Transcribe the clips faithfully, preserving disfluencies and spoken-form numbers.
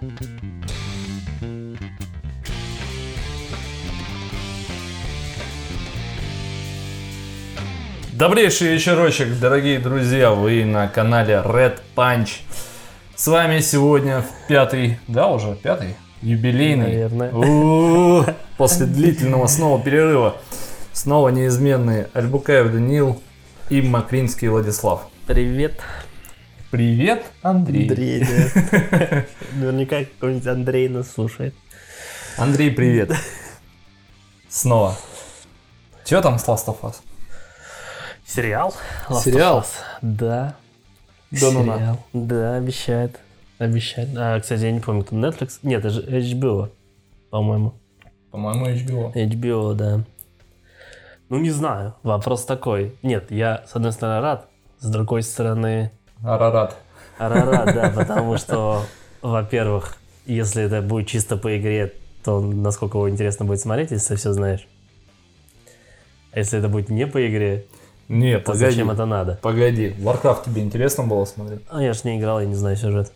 Добрейший вечерочек, дорогие друзья, вы на канале Red Punch. С вами сегодня в пятый, да уже пятый, юбилейный, наверное. У-у-у, после длительного снова перерыва, снова неизменный Альбукаев Даниил и Макринский Владислав. Привет. Привет, Андрей. Андрей, да. Наверняка какой-нибудь Андрей нас слушает. Андрей, привет. Снова. Че там с Last of Us? Сериал? Last Сериал? of Us. Да. Да ну на. Сериал. Да, обещает. Обещает. А, кстати, я не помню, кто Netflix. Нет, это же эйч би о, по-моему. По-моему, эйч би о. эйч би о, да. Ну, не знаю. Вопрос такой. Нет, я, с одной стороны, рад. С другой стороны... Арарат. Арарат, да, потому что, во-первых, если это будет чисто по игре, то насколько его интересно будет смотреть, если ты все знаешь. А если это будет не по игре, Не, то погоди. зачем это надо? Погоди, Warcraft тебе интересно было смотреть? А я ж не играл, я не знаю сюжет.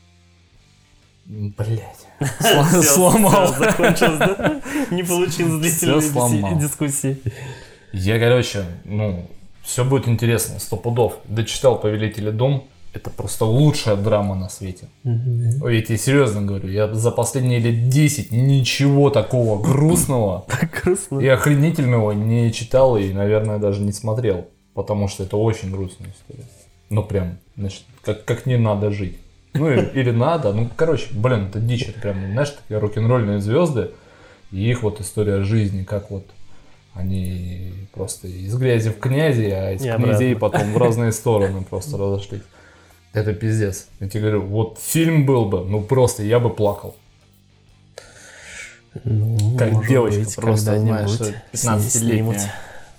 Блять. Всё, Сломал. всё, закончилось, да? Не получилось длительной Всё сломал. диси- дискуссии. Я, короче, ну, все будет интересно, сто пудов. Дочитал «Повелители Дом». Это просто лучшая драма на свете. Ой, я тебе серьезно говорю, я за последние лет десять ничего такого грустного Так грустно. и охренительного не читал и, наверное, даже не смотрел. Потому что это очень грустная история. Ну, прям, значит, как, как не надо жить. Ну, или, или надо. Ну, короче, блин, это дичь. Это прям, знаешь, такие рок-н-ролльные звезды. И их вот история жизни, как вот они просто из грязи в князи, а из И князей обратно. потом в разные стороны просто разошлись. Это пиздец. Я тебе говорю, вот фильм был бы, ну просто я бы плакал. Ну, Как может девочка быть, просто, знаешь, когда-нибудь пятнадцатилетняя.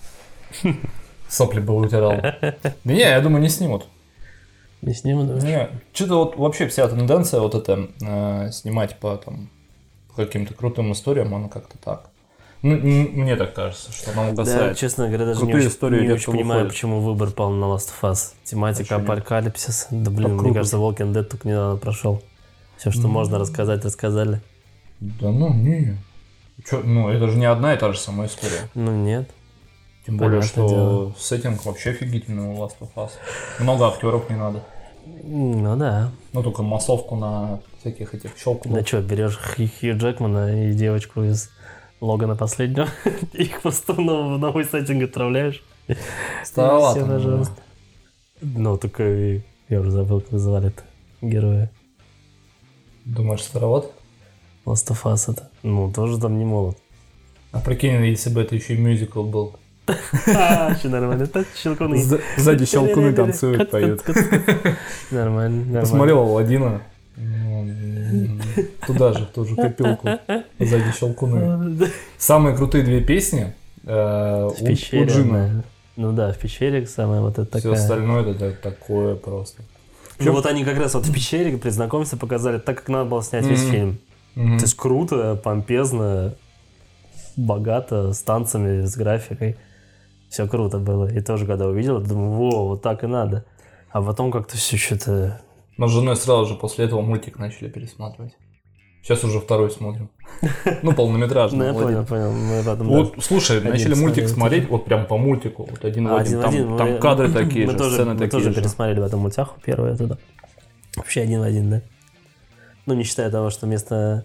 Сопли бы вытирал. Да не, я думаю, не снимут. Не сниму, да? Не, что-то вот вообще вся тенденция вот это э, снимать по там по каким-то крутым историям, она как-то так. Ну, м- мне так кажется, что она Да, угасает. честно говоря, даже не Крутые очень, истории не редко очень понимаю, выходят. почему выбор пал на Last of Us. Тематика Почему? апокалипсис. Да блин, Так мне круто. кажется, Walking Dead только недавно прошел. Все, что Ну. можно рассказать, рассказали. Да ну не. Чё, ну это же не одна и та же самая история. Ну нет. Тем более, Понятное что дело. сеттинг вообще офигительный у Last of Us. Много актеров не надо. Ну да. Ну только массовку на всяких этих щелкунов. Да что, берешь Хью Хью Джекмана и девочку из Логана последнего, их просто в новый, в новый сеттинг отправляешь. Старовато, Все, ну, пожалуйста. Ну, только и- я уже забыл, как звали-то героя. Думаешь, староват? Last of Us это. Ну, тоже там не молод. А прикинь, если бы это еще и мюзикл был. Все нормально. Это щелкуны. З- Сзади щелкуны танцуют, поют. Нормально, нормально. Посмотрел Аладдина. Ну, м, Туда же, в ту же копилку. Сзади щелкуны. Самые крутые две песни э, В у, у пещере. Джина. она- Ну да, в пещере самая вот эта Все такая. остальное это такое просто. Ну вот они как раз вот в пещере при знакомстве показали так, как надо было снять весь Мгм. фильм. Мгм. То есть круто, помпезно, богато, с танцами, с графикой. Все круто было. И тоже, когда увидел, думаю, во, вот так и надо. А потом как-то все что-то... Мы с женой сразу же после этого мультик начали пересматривать. Сейчас уже второй смотрим. Ну, полнометражный. Ну, я Аладдин. понял, понял. Мы потом, Вот, да. слушай, Один начали мультик смотрели смотреть, тоже. вот прям по мультику, вот один в А, один. один в Там, один. там Мы- кадры такие мы же, тоже, сцены мы такие тоже же. пересмотрели в этом мультяху первую туда. Вообще один в один, да? Ну, не считая того, что вместо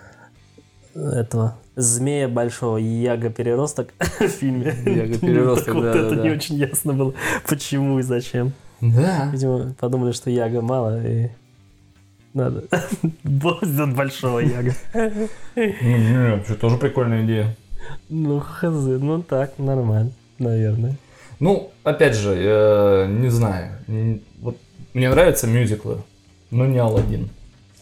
этого змея большого яга-переросток в фильме. Яга-переросток, Вот да, это да, не да. очень ясно было, почему и зачем. Да. Видимо, подумали, что яга мало и надо сделать большого яга. Не, вообще тоже прикольная идея. Ну, хз, ну так, нормально, наверное. Ну, опять же, э, не знаю. М, Вот мне нравятся мюзиклы, но не Аладдин.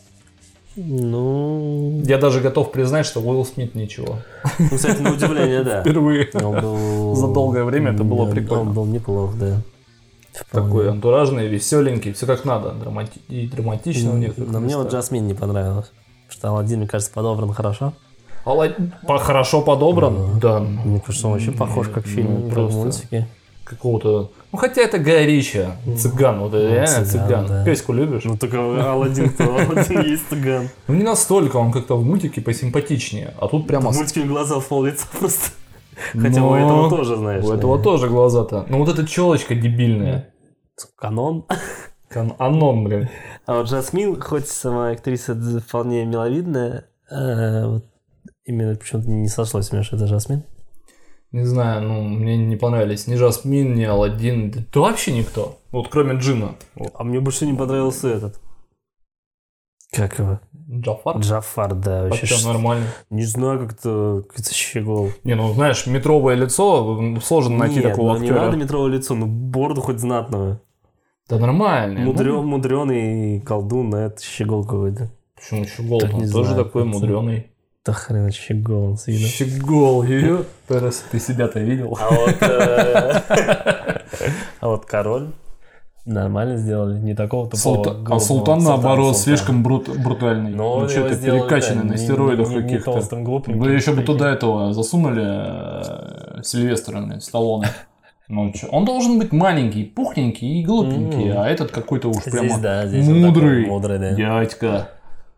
Ну, Я даже готов признать, что Уилл Смит ничего. ну, кстати, на удивление, да. Впервые. Он был... За долгое время это было Да, прикольно. Он был неплох, да. Вполне. Такой антуражный, веселенький, все как надо. Драмати- и драматично у некоторых Но мне вот местах. Джасмин не понравилось. Потому что Аладдин, мне кажется, подобран хорошо. Аладдин по- хорошо подобран, да. Мне кажется, он вообще похож как Ну, фильм, как просто. мультики. Какого-то Ну, хотя это Гай Ричи, цыган, вот это реально цыган, цыган. да. Пеську любишь? Ну, только Аладдин, кто? Аладдин есть цыган. Ну, не настолько, он как-то в мультике посимпатичнее. А тут прямо... В мультике глаза в пол лица просто. Хотя Но у этого тоже, знаешь. У этого тоже глаза-то. Ну, вот эта челочка дебильная. Канон. Кан- Анон, блин. А вот Жасмин, хоть сама актриса вполне миловидная, э, вот именно почему-то не сошлось мне, что это Жасмин. Не знаю, ну, мне не понравились ни Жасмин, ни Аладдин. Да, да вообще никто. Вот кроме Джина. Вот. А мне больше не понравился этот. Как его? Джафар? Джафар, да. Вообще, Вообще что- нормально. Не знаю, как-то какой-то щегол. Не, ну, знаешь, метровое лицо, сложно найти Нет, такого ну не актера. надо метровое лицо, ну бороду хоть знатного. Да нормально. Мудрё, Ну, мудреный колдун, а это щегол какой-то. почему Щегол? Так Он не тоже знаю, такой как-то. мудреный. Да хрен щегол он с виду. Щегол, ее. Ты себя-то видел? А вот, э, а вот король нормально сделали, не такого тупого. Султа- голубого. А Султан, наоборот, Султан. слишком брут- брутальный. Но Ну, что его ты сделали, перекачанный да, на не- стероидах не- не каких-то. толстым, глупеньким, Вы еще бы прикинь. туда этого засунули э, Сильвестра, блин, Сталлоне. Ну, чё, он должен быть маленький, пухненький и глупенький, Мгм. а этот какой-то уж Здесь, прямо да, здесь он мудрый, такой мудрый, да. дядька.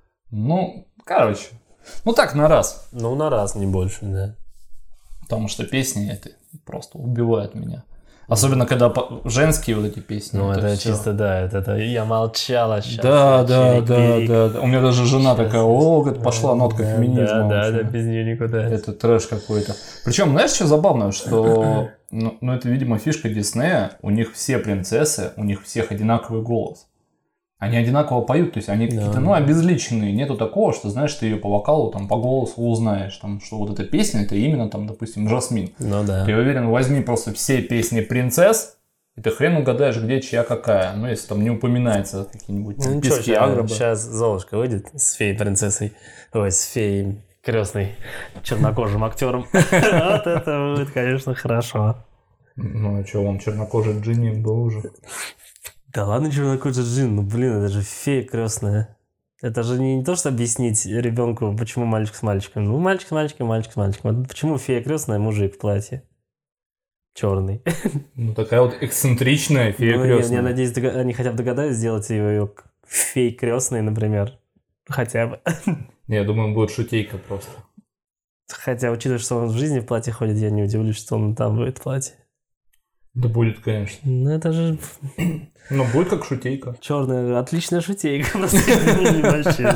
Ну, короче, ну так на раз. Ну, на раз, не больше, да. Потому что песни эти просто убивают меня. Особенно, когда по- женские вот эти песни. Ну, это, всё. чисто, да, это, это я молчала сейчас. Да, да, да, да, да. У меня даже жена Щас. такая, о, говорит, пошла нотка Да, феминизма. Да, да, вообще. да, без нее никуда. Это трэш какой-то. Причем, знаешь, что забавно, что, ну, ну, это, видимо, фишка Диснея, у них все принцессы, у них всех одинаковый голос. Они одинаково поют, то есть они Да. какие-то, ну, обезличенные. Нету такого, что, знаешь, ты ее по вокалу, там, по голосу узнаешь, там, что вот эта песня, это именно, там, допустим, Жасмин. Ну, да. Я уверен, возьми просто все песни принцесс, и ты хрен угадаешь, где чья какая. Ну, если там не упоминается какие-нибудь Ну, там, ничего, пески Агробы. сейчас Золушка выйдет с феей-принцессой, ой, с феей крестной чернокожим актером. Вот это будет, конечно, хорошо. Ну, а что, он чернокожий Джинни был уже. Да ладно, чернокожий джин, ну блин, это же фея крестная. Это же не, не то, что объяснить ребенку, почему мальчик с мальчиком. Ну, мальчик с мальчиком, мальчик с мальчиком. А почему фея крестная, мужик в платье? Черный. Ну, такая вот эксцентричная фея Ну, я, крестная. я надеюсь, дога- они хотя бы догадаются сделать ее фей крестной, например. Хотя бы. Не, я думаю, будет шутейка просто. Хотя, учитывая, что он в жизни в платье ходит, я не удивлюсь, что он там будет в платье. Да будет, конечно. Ну, это же Но будет как шутейка. черная, отличная шутейка. Просто небольшие.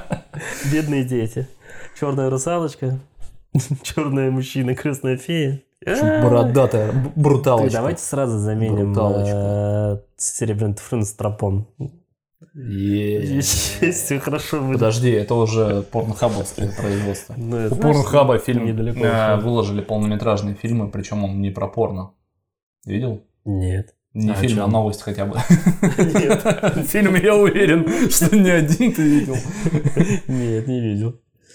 Бедные дети. Черная русалочка, черная мужчина, крестная фея. Бородатая, б- бруталочка. Так, давайте сразу заменим Бруталочка. э, серебряный туфлин на стропон. Е-е-е. Все хорошо будет. Подожди, это уже порнохабовское производство. Ну, У это, знаешь, Порнхаба фильм недалеко э, ушел. выложили полнометражные фильмы, причем он не про порно. Видел? Нет. Не А о фильм, а чём? новость хотя бы. Нет. Фильм, я уверен, что не один ты видел. Нет, не видел.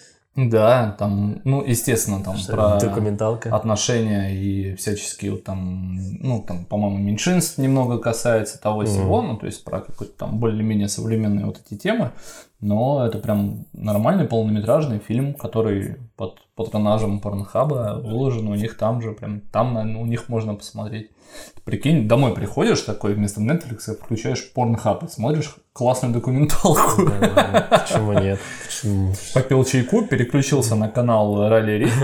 Да, там, ну, естественно, там Что, про документалка. отношения и всяческие вот там, ну, там, по-моему, меньшинств немного касается того Мгм. всего, ну, то есть про какие-то там более-менее современные вот эти темы, но это прям нормальный полнометражный фильм, который под патронажем Порнхаба выложен у них там же, прям там, наверное, у них можно посмотреть. Прикинь, домой приходишь такой, вместо Netflix включаешь Порнхаб и смотришь классную документалку. Да, почему нет? Почему? Попил чайку, переключился на канал Ралли Рид.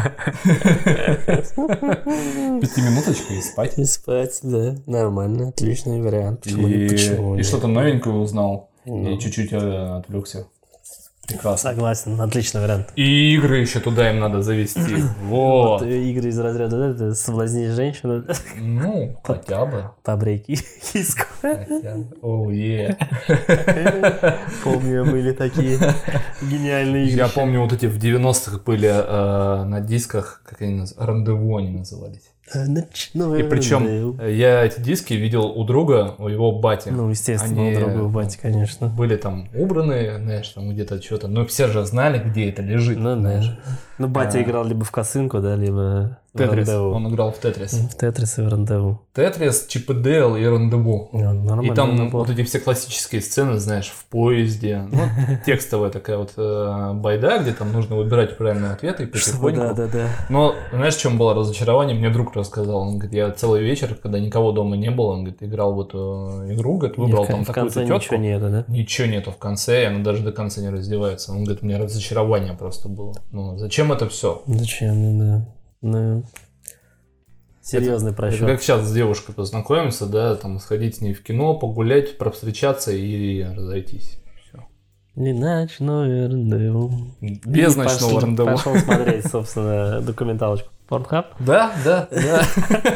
Пятиминуточка и спать. И спать, да. Нормально, отличный вариант. Почему, И, почему и нет? что-то новенькое узнал. Ну. И чуть-чуть э, отвлекся. Прекрасно. Согласен, отличный вариант. И игры еще туда им надо завести. Вот. Вот, э, игры из разряда, да, это соблазнить женщину Ну, хотя бы. по брейк-киску. Хотя бы. Оу, е. Помню, были такие гениальные игры. Я помню, вот эти в девяностых были э, на дисках, как они назывались, рандеву они назывались. Ночной И причем рандеву. я эти диски видел у друга, у его бати. Ну, естественно, Они, у друга в бате, конечно. Были там убраны, знаешь, там где-то что-то. Но все же знали, где это лежит. Ну, да. знаешь. Ну, батя А. играл либо в косынку, да, либо Тетрис. Рандеву. Он играл в Тетрис. В Тетрис и в Рандеву. Тетрис, Чип и Дейл и Рандеву. Ну, нормально, И там неплохо. вот эти все классические сцены, знаешь, в поезде. Ну, текстовая такая вот э, байда, где там нужно выбирать правильные ответы и потихоньку. Да, да, да. Но знаешь, в чем было разочарование? Мне друг рассказал. Он говорит, я целый вечер, когда никого дома не было, он говорит, играл в эту игру, говорит, выбрал И в- там в такую-то конце тетку. ничего нету, да? Ничего нету в конце, и она даже до конца не раздевается. Он говорит, у меня разочарование просто было. Ну, зачем это все? Зачем, ну да. Ну, серьезный Это просчет. как сейчас с девушкой познакомиться, да, там сходить с ней в кино, погулять, провстречаться и разойтись. Все. Не ночной рандеву. Без И ночного пошел- рандеву. Пошел смотреть, собственно, документалочку Pornhub. Да, да, да.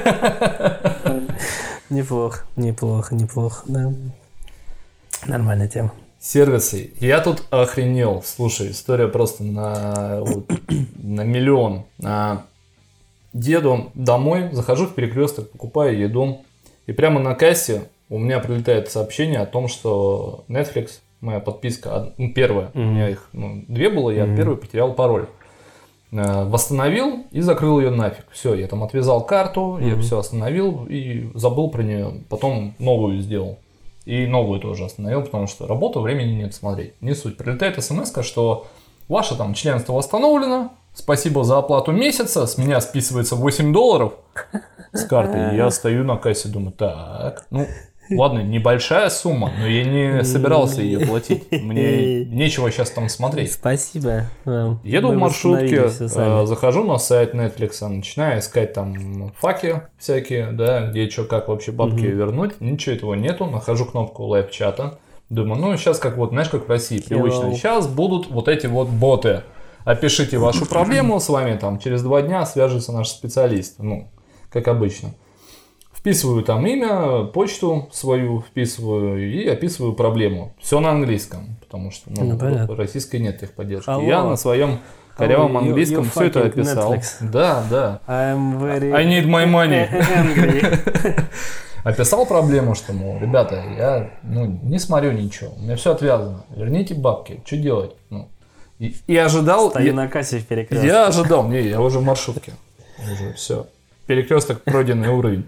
Неплохо, неплохо, неплохо, да. Нормальная тема. Сервисы. Я тут охренел. Слушай, история просто на, вот, на миллион. А, еду домой, захожу в перекресток, покупаю еду. И прямо на кассе у меня прилетает сообщение о том, что Netflix, моя подписка, ну, первая, у меня их ну, две было, я Мгм. первую потерял пароль. Э, Восстановил и закрыл ее нафиг. Все, я там отвязал карту, я Мгм. все остановил и забыл про нее. Потом новую сделал. И новую тоже остановил, потому что работу, времени нет смотреть. Не суть. Прилетает смс, что ваше там членство восстановлено, спасибо за оплату месяца, с меня списывается восемь долларов с карты. И я стою на кассе, думаю, так, ну, ладно, небольшая сумма, но я не собирался ее платить. Мне нечего сейчас там смотреть. Спасибо. вам. Еду Мы в маршрутке, восстановили всё сами. э, захожу на сайт Netflix, начинаю искать там факи всякие, да, где что, как вообще бабки Мгм. вернуть. Ничего этого нету. Нахожу кнопку лайв-чата. Думаю, ну сейчас как вот, знаешь, как в России, привычно. Hello. Сейчас будут вот эти вот боты. Опишите вашу проблему, с вами там через два дня свяжется наш специалист. Ну, как обычно. Вписываю там имя, почту свою вписываю и описываю проблему. Все на английском, потому что ну, Ну, понятно. в российской нет техподдержки. Hello. Я на своем корявом Hello, you- английском you все это fucking описал. Netflix. Да, да. I'm very I need my money. angry. Описал проблему, что, мол, ребята, я ну, не смотрю ничего, у меня все отвязано, верните бабки, что делать? Ну, и, и ожидал, Стою я, на кассе в перекрестке. я ожидал, не, я уже в маршрутке, уже все, перекресток пройденный уровень.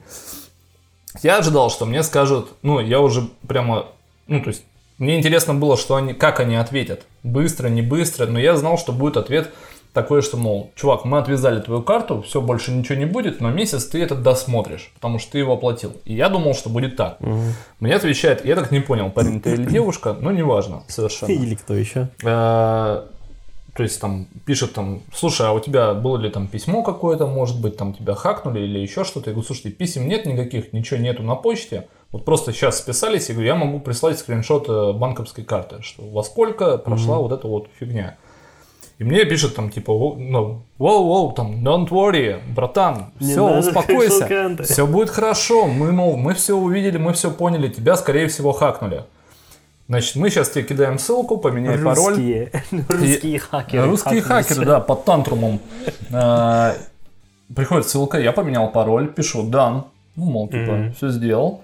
Я ожидал, что мне скажут, ну, я уже прямо, ну, то есть, мне интересно было, что они, как они ответят, быстро, не быстро, но я знал, что будет ответ такой, что, мол, чувак, мы отвязали твою карту, все, больше ничего не будет, но месяц ты этот досмотришь, потому что ты его оплатил. И я думал, что будет так. Мгм. Мне отвечает, я так не понял, парень ты или девушка, ну, неважно, совершенно. Или кто еще? Э, То есть там пишет там, слушай, а у тебя было ли там письмо какое-то, может быть, там тебя хакнули или еще что-то. Я говорю, слушайте, писем нет никаких, ничего нету на почте. Вот просто сейчас списались, и говорю, я могу прислать скриншот э, банковской карты, что во сколько прошла вот эта вот фигня. И мне пишет там типа, «Во- ну, воу-воу, там, don't worry, братан, Не все, надо успокойся, шоканты». все будет хорошо, мы, мол, мы все увидели, мы все поняли, тебя, скорее всего, хакнули. Значит, мы сейчас тебе кидаем ссылку, поменяй пароль. Русские. Русские хакеры. Русские хакнулись. хакеры, да, под тантрумом. А, Приходит ссылка, я поменял пароль, пишу дан, ну, мол, типа, Мгм. все сделал.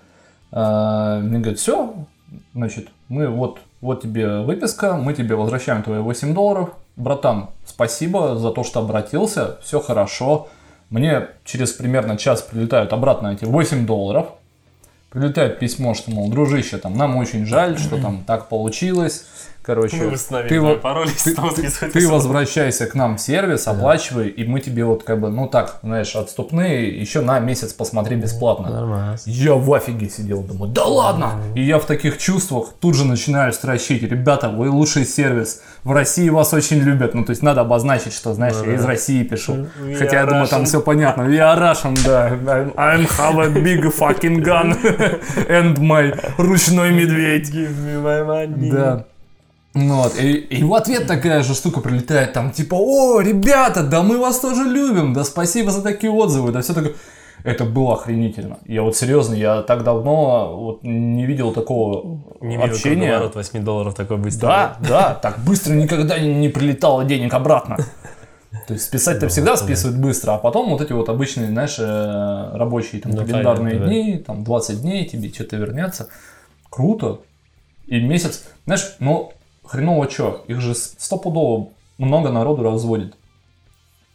А, Мне говорят, все, значит, мы вот, вот тебе выписка, мы тебе возвращаем твои восемь долларов. Братан, спасибо за то, что обратился, все хорошо. Мне через примерно час прилетают обратно эти восемь долларов. Прилетает письмо, что, мол, дружище, там, нам очень жаль, что там так получилось. Короче, Мы восстановили ты, твой во- пароль, ты, снова ты- списывай ты письмо. возвращайся к нам в сервис, оплачивай, и мы тебе вот как бы, ну так, знаешь, отступные, еще на месяц посмотри бесплатно. Нормально. Я в офиге сидел, думаю, да ладно! И я в таких чувствах тут же начинаю строчить, ребята, вы лучший сервис, в России вас очень любят, ну то есть надо обозначить, что, знаешь, я из России пишу. We Хотя я are думаю, там Russian. все понятно. We are Russian, да. I'm, I'm have a big fucking gun and my ручной медведь. Give me my money. Да. Ну Вот. И, и в ответ такая же штука прилетает, там типа, о, ребята, да мы вас тоже любим, да спасибо за такие отзывы, да все такое. Это было охренительно. Я вот серьезно, я так давно вот не видел такого Не видел общения. круговорот восемь долларов такой быстрый. Да, да, так быстро никогда не, не прилетало денег обратно. То есть списать-то всегда списывают быстро, а потом вот эти вот обычные, знаешь, э, рабочие там Ну, календарные понятно, да. дни, там двадцать дней тебе что-то вернется. Круто. И месяц, знаешь, ну хреново что, их же стопудово много народу разводит.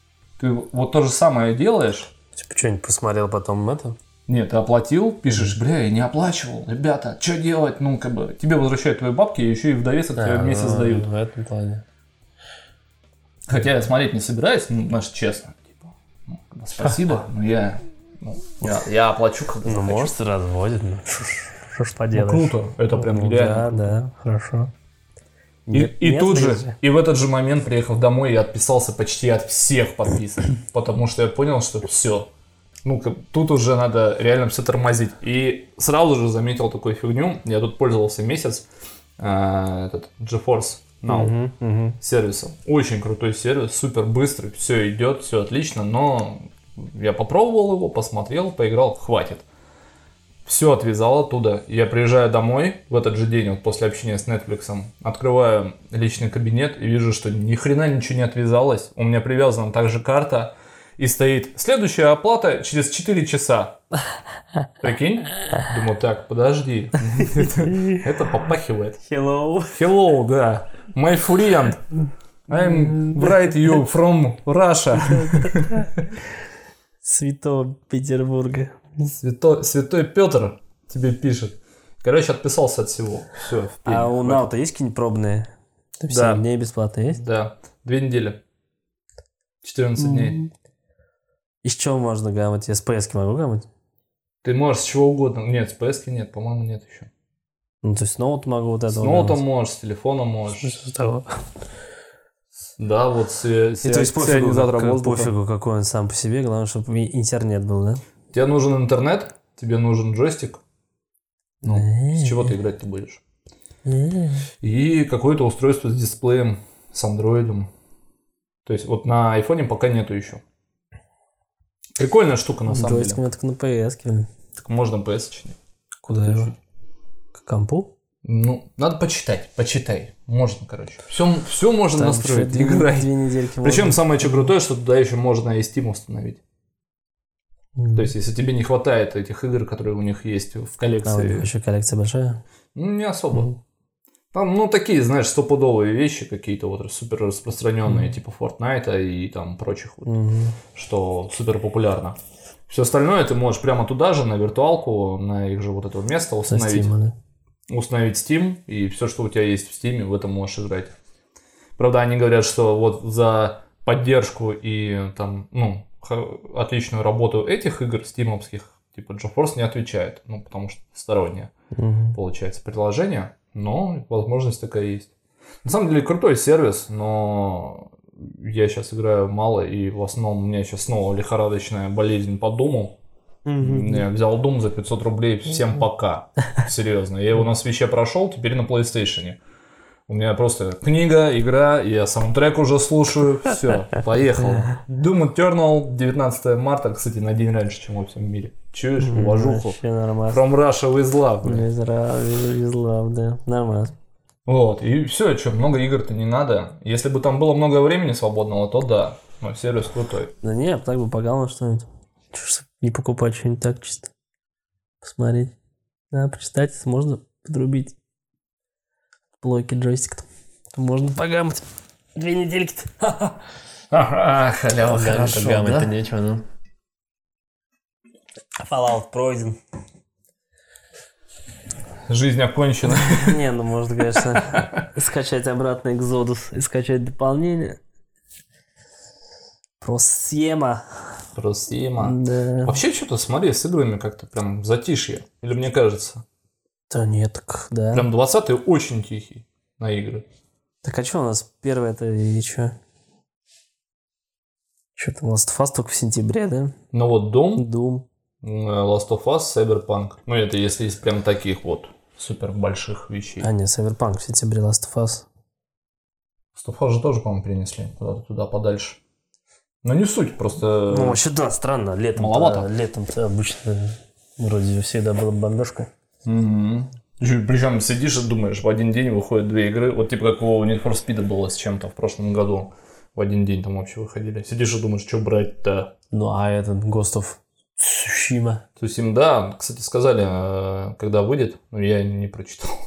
Ты вот то же самое делаешь. Типа что-нибудь посмотрел потом это? Нет, ты оплатил, пишешь, бля, я не оплачивал, ребята, что делать? Ну, как бы, тебе возвращают твои бабки, и еще и в довесок тебе в месяц дают. В этом плане. Хотя я смотреть не собираюсь, ну, значит, честно. Типа, ну, как бы, спасибо, но я, ну, я, я оплачу, когда Ну, захочу. может, разводит, ну, что ж поделаешь. Ну, круто, это прям Ну, реально. Да, да, хорошо. И, Нет- и нет тут же, связи. и в этот же момент, приехав домой, я отписался почти от всех подписок, потому что я понял, что все. Ну, как- тут уже надо реально все тормозить. И сразу же заметил такую фигню. Я тут пользовался месяц э, этот GeForce Now Мгм, мгм. сервисом. Очень крутой сервис, супер быстрый, все идет, все отлично, но я попробовал его, посмотрел, поиграл, хватит. Все отвязал оттуда. Я приезжаю домой в этот же день, вот после общения с Netflix, открываю личный кабинет и вижу, что ни хрена ничего не отвязалось. У меня привязана также карта и стоит следующая оплата через четыре часа. Прикинь? Думаю, так, подожди. Это, это попахивает. Hello. Hello, да. My friend. I'm write you from Russia. Святого Петербурга. Святой, Святой Петр тебе пишет. Короче, отписался от всего. Все. А у Наута есть какие-нибудь пробные? Да. семь дней бесплатно есть? Да. Две недели. четырнадцать дней. Из чего можно гамать? Я с пи эс-ки могу гамать? Ты можешь с чего угодно. Нет, с пи эс-ки нет, по-моему, нет еще. Ну, то есть с ноута могу вот это С ноутом можешь, с телефоном можешь. того. Да, вот с, с, И то есть с пофигу, ионизатором как- воздуха. пофигу, какой он сам по себе, главное, чтобы и интернет был, да? Тебе нужен интернет, тебе нужен джойстик. Ну, с чего ты играть-то будешь? И какое-то устройство с дисплеем, с андроидом. То есть вот на айфоне пока нету еще. Прикольная штука на самом Джойстик у деле. меня так на пи эс-ке. Так можно пи эс-очник. Куда его? К компу? Ну, надо почитать, почитай. Можно, короче. Все, все можно Там настроить, еще две, играй. две недельки Причем можно. самое что крутое, что туда еще можно и Steam установить. М. То есть, если тебе не хватает этих игр, которые у них есть в А у них коллекции, еще коллекция большая? ну, не особо. Мгм. Там, ну, такие, знаешь, стопудовые вещи какие-то вот супер распространенные, Мгм. типа Fortnite и там прочих, вот, Мгм. что супер популярно. Все остальное ты можешь прямо туда же, на виртуалку, на их же вот это место Со установить. Steam, да? Установить Steam, и все, что у тебя есть в Steam, в этом можешь играть. Правда, они говорят, что вот за поддержку и там, ну, х- отличную работу этих игр стимовских, типа GeForce не отвечает, ну, потому что стороннее, Мгм. получается, приложение, но возможность такая есть. На самом деле крутой сервис, но я сейчас играю мало, и в основном у меня сейчас снова лихорадочная болезнь по Думу. Мгм. Я взял Doom за пятьсот рублей, всем пока. Серьезно. Я его на свече прошел, теперь на PlayStation. У меня просто книга, игра, я саундтрек уже слушаю. Все, поехал. Doom Eternal, девятнадцатого марта, кстати, на день раньше, чем во всем мире. Чуешь, уважуху. Вообще нормально. From Russia with love. блин. Без ра- без лав, да. Нормально. Вот, и все, что, много игр-то не надо. Если бы там было много времени свободного, то да. Но сервис крутой. Да не, я бы так бы погал на что-нибудь. Чё ж не покупать что-нибудь так чисто. Посмотреть. Да, почитать, если можно подрубить блоки джойстика. То можно погамать. Две недельки-то. Ага, халява, хорошо, Гамать-то да? нечего, ну. Fallout пройден. Жизнь окончена. Не, ну можно, конечно, скачать обратно Exodus и скачать дополнение. Просема. Просима. Да. Вообще, что-то, смотри, с играми как-то прям затишье. Или мне кажется? Да нет, так, да. Прям двадцатый очень тихий на игры. Так а что у нас первое-то и что? Что там, Last of Us только в сентябре, да? Но вот Doom, Doom. э, Last of Us, Cyberpunk. Ну, это если из прям таких вот супер больших вещей. А, не, Cyberpunk в сентябре, Last of Us. Last of Us же тоже, по-моему, перенесли куда-то туда подальше. Но не суть, просто... Ну, вообще, да, странно. Летом Маловато. летом-то обычно вроде всегда была бомбежка. Угу. Причем сидишь и думаешь, в один день выходят две игры. Вот типа как у Need for Speed было с чем-то в прошлом году. В один день там вообще выходили. Сидишь и думаешь, что брать-то. Ну, а этот Ghost of Tsushima. Тусим, да, кстати, сказали, э, когда выйдет, но я не прочитал.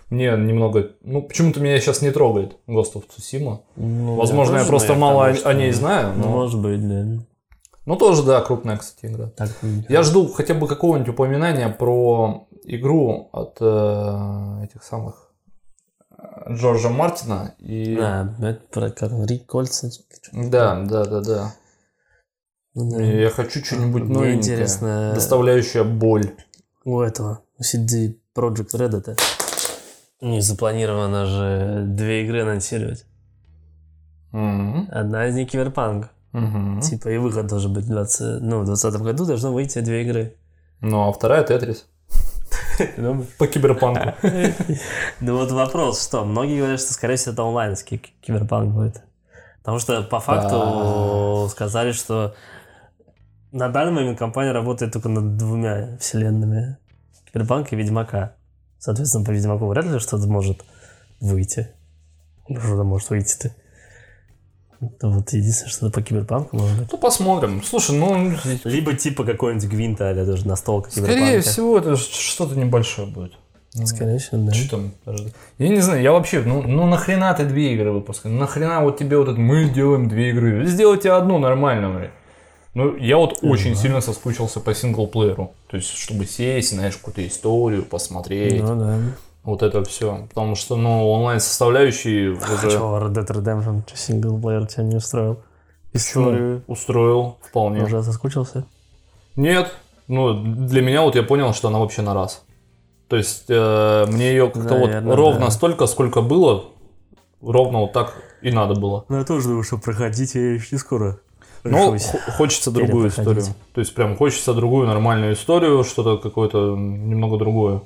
мне немного... Ну, почему-то меня сейчас не трогает Ghost of Tsushima. Ну, Возможно, я, я просто мало о, о ней знаю. Но... Ну, может быть, да. Ну, тоже, да, крупная, кстати, игра. Так, я жду хотя бы какого-нибудь упоминания про игру от э, этих самых Джорджа Мартина. И... А, это про как, Рик Кольца. Да, да, да, да. Да. Я хочу что-нибудь новенькое, интересно... доставляющее боль. У этого, у си ди Projekt Red это. У них запланировано же две игры анонсировать. Mm-hmm. Одна из них Киберпанк. Mm-hmm. Типа и выход должен быть в двадцатом, ну, в двадцатом году должно выйти две игры. Ну, а вторая Тетрис. По Киберпанку. Ну вот вопрос, что? Многие говорят, что, скорее всего, это онлайнский Киберпанк будет. Потому что по факту сказали, что на данный момент компания работает только над двумя вселенными. Киберпанка и Ведьмака. Соответственно, по Ведьмаку вряд ли что-то может выйти. Что-то может выйти-то. Это вот единственное, что по Киберпанку может быть. Ну, посмотрим. Слушай, ну... Либо типа какой-нибудь Гвинта, или даже настолка Киберпанка. Скорее всего, это что-то небольшое будет. Скорее всего, да. Что там? Я не знаю, я вообще, ну, ну нахрена ты две игры выпускаешь? Ну нахрена вот тебе вот это, мы делаем две игры? Сделайте одну нормальную, блядь. Ну, я вот mm-hmm. очень сильно соскучился по синглплееру. То есть, чтобы сесть, знаешь, какую-то историю, посмотреть. Ну, да. Вот это все. Потому что, ну, онлайн-составляющие уже... А что, Red Dead Redemption, что синглплеер тебя не устроил? Историю устроил вполне. Уже соскучился? Нет. Ну, для меня вот я понял, что она вообще на раз. То есть, э, мне ее как-то Наверное, вот ровно да. столько, сколько было, ровно вот так и надо было. Ну, я тоже думаю, что проходить я еще не скоро. Ну, хочется другую историю. То есть, прям хочется другую нормальную историю, что-то какое-то немного другое.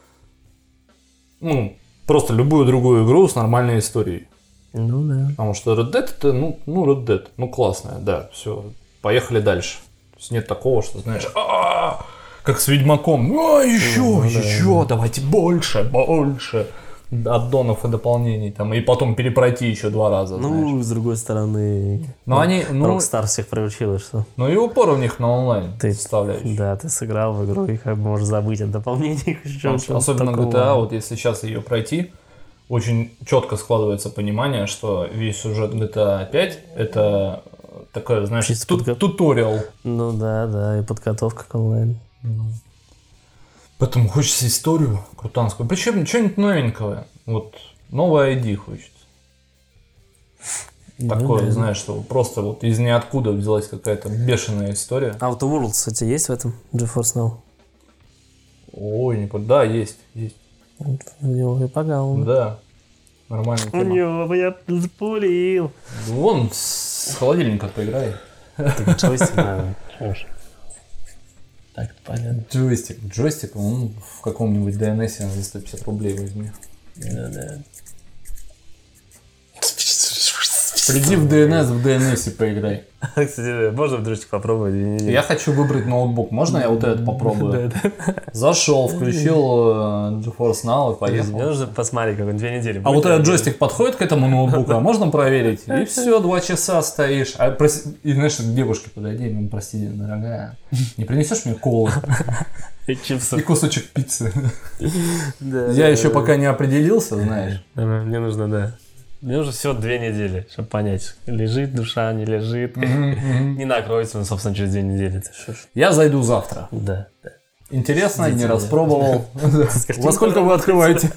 Ну, просто любую другую игру с нормальной историей. Ну, да. Потому что Red Dead это, ну, ну Red Dead, ну, классная, да, все, поехали дальше. То есть, нет такого, что, знаешь, а-а-а! Как с Ведьмаком, а, еще, ну, еще, да. Давайте больше, больше аддонов и дополнений, там, и потом перепройти еще два раза, ну, знаешь. С другой стороны, но они, ну, Rockstar всех приучила, что... Ну, и упор у них на онлайн ты составляющий. Да, ты сыграл в игру, и как бы можешь забыть о дополнениях. Особенно джи ти эй, вот если сейчас ее пройти, очень четко складывается понимание, что весь сюжет джи ти эй пять это такое, знаешь, ту- подго... туториал. Ну да, да, и подготовка к онлайн. Ну. Поэтому хочется историю крутанскую. Причем что-нибудь новенького. Вот новый ай ди хочется. Ну, такое, да. Знаешь, что просто вот из ниоткуда взялась какая-то бешеная история. Outer Worlds, кстати, есть в этом GeForce Now? Ой, не да, есть, есть. Вот, в него и погал. Да, нормально. У него я запулил. Вон, с холодильника поиграй. Так джойстик надо. Так, понятно. Джойстик, джойстик, он в каком-нибудь ди эн эс за сто пятьдесят рублей возьми. Да, да. Приди в ди эн эс, в ди эн эс поиграй. Кстати, можно в дрочек попробовать? Я хочу выбрать ноутбук. Можно я вот этот попробую? Зашел, включил GeForce Now и поехал. Мне нужно посмотреть, как он две недели. А вот этот джойстик подходит к этому ноутбуку, а можно проверить? И все, два часа стоишь. А проси... И знаешь, к девушке подойди, ну прости, дорогая, не принесешь мне колы? И чипсов. И кусочек пиццы. Я еще пока не определился, знаешь. Мне нужно, да. Мне нужно всего две недели, чтобы понять, лежит душа, не лежит. Mm-hmm. Не накроется он, собственно, через две недели. Я зайду завтра. Да. да. Интересно, не распробовал. Во сколько вы открываете?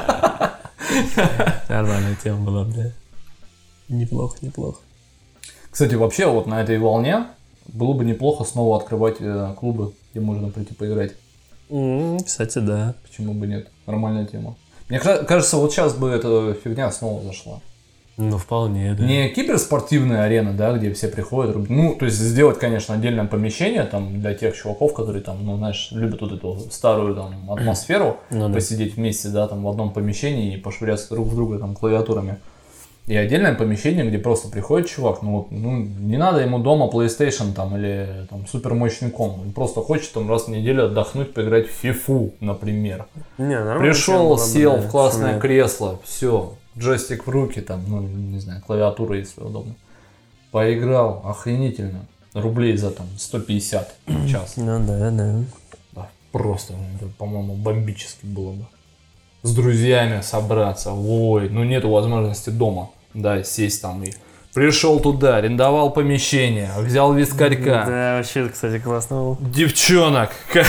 Нормальная тема была, да. Неплохо, неплохо. Кстати, вообще, вот на этой волне было бы неплохо снова открывать клубы, где можно прийти поиграть. Кстати, да. Почему бы нет? Нормальная тема. Мне кажется, вот сейчас бы эта фигня снова зашла. Ну, вполне, да. Не киберспортивная арена, да, где все приходят. Ну, то есть сделать, конечно, отдельное помещение там для тех чуваков, которые там, ну, знаешь, любят вот эту старую там атмосферу, ну, посидеть да. вместе, да, там в одном помещении и пошвыряться друг в друга там клавиатурами. И отдельное помещение, где просто приходит чувак, ну, вот, ну не надо ему дома PlayStation там или там супермощный комп, он просто хочет там раз в неделю отдохнуть, поиграть в фифу, например. Не, пришел, сел в классное кресло, все, джойстик в руки, там, ну не знаю, клавиатура, если удобно. Поиграл, охренительно, рублей за там сто пятьдесят в час. Ну да, да. Да, просто, это, по-моему, бомбически было бы. с друзьями собраться. Ой, ну нету возможности дома, да, сесть там и... Пришел туда, арендовал помещение, взял вискарька. Да, вообще, кстати, классно было. Девчонок,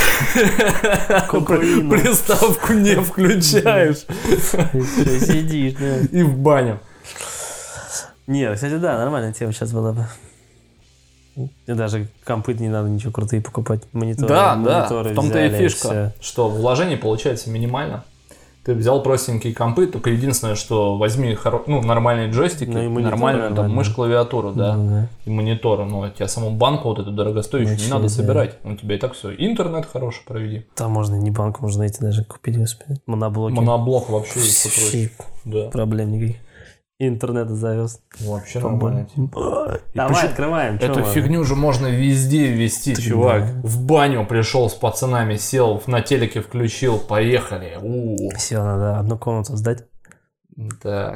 приставку не включаешь. Сидишь, да. И в баню. Не, кстати, да, нормальная тема сейчас была бы. И даже компы не надо ничего крутые покупать. Мониторы, да, мониторы да, в том-то и взяли, фишка, все. что вложение получается минимально. Ты взял простенькие компы, только единственное, что возьми хоро... ну, нормальные джойстики, Ну, и монитор нормальную там, мышь, клавиатуру, да, Ну, да. и монитор. Но тебе саму банку вот эту дорогостоящую Ну, не надо да. собирать. У тебя и так все. Интернет хороший проведи. Там можно не банк, можно найти даже купить, господи. Моноблоки. Моноблок вообще и все прочее. Да. Проблем никаких. Интернета завез. Вообще нормально. Давай, причем открываем. чё Эту можно? фигню же можно везде ввести, Так, чувак. да. В баню пришел с пацанами, сел, на телеке включил, поехали. У-у-у. Все, надо одну комнату сдать. Так.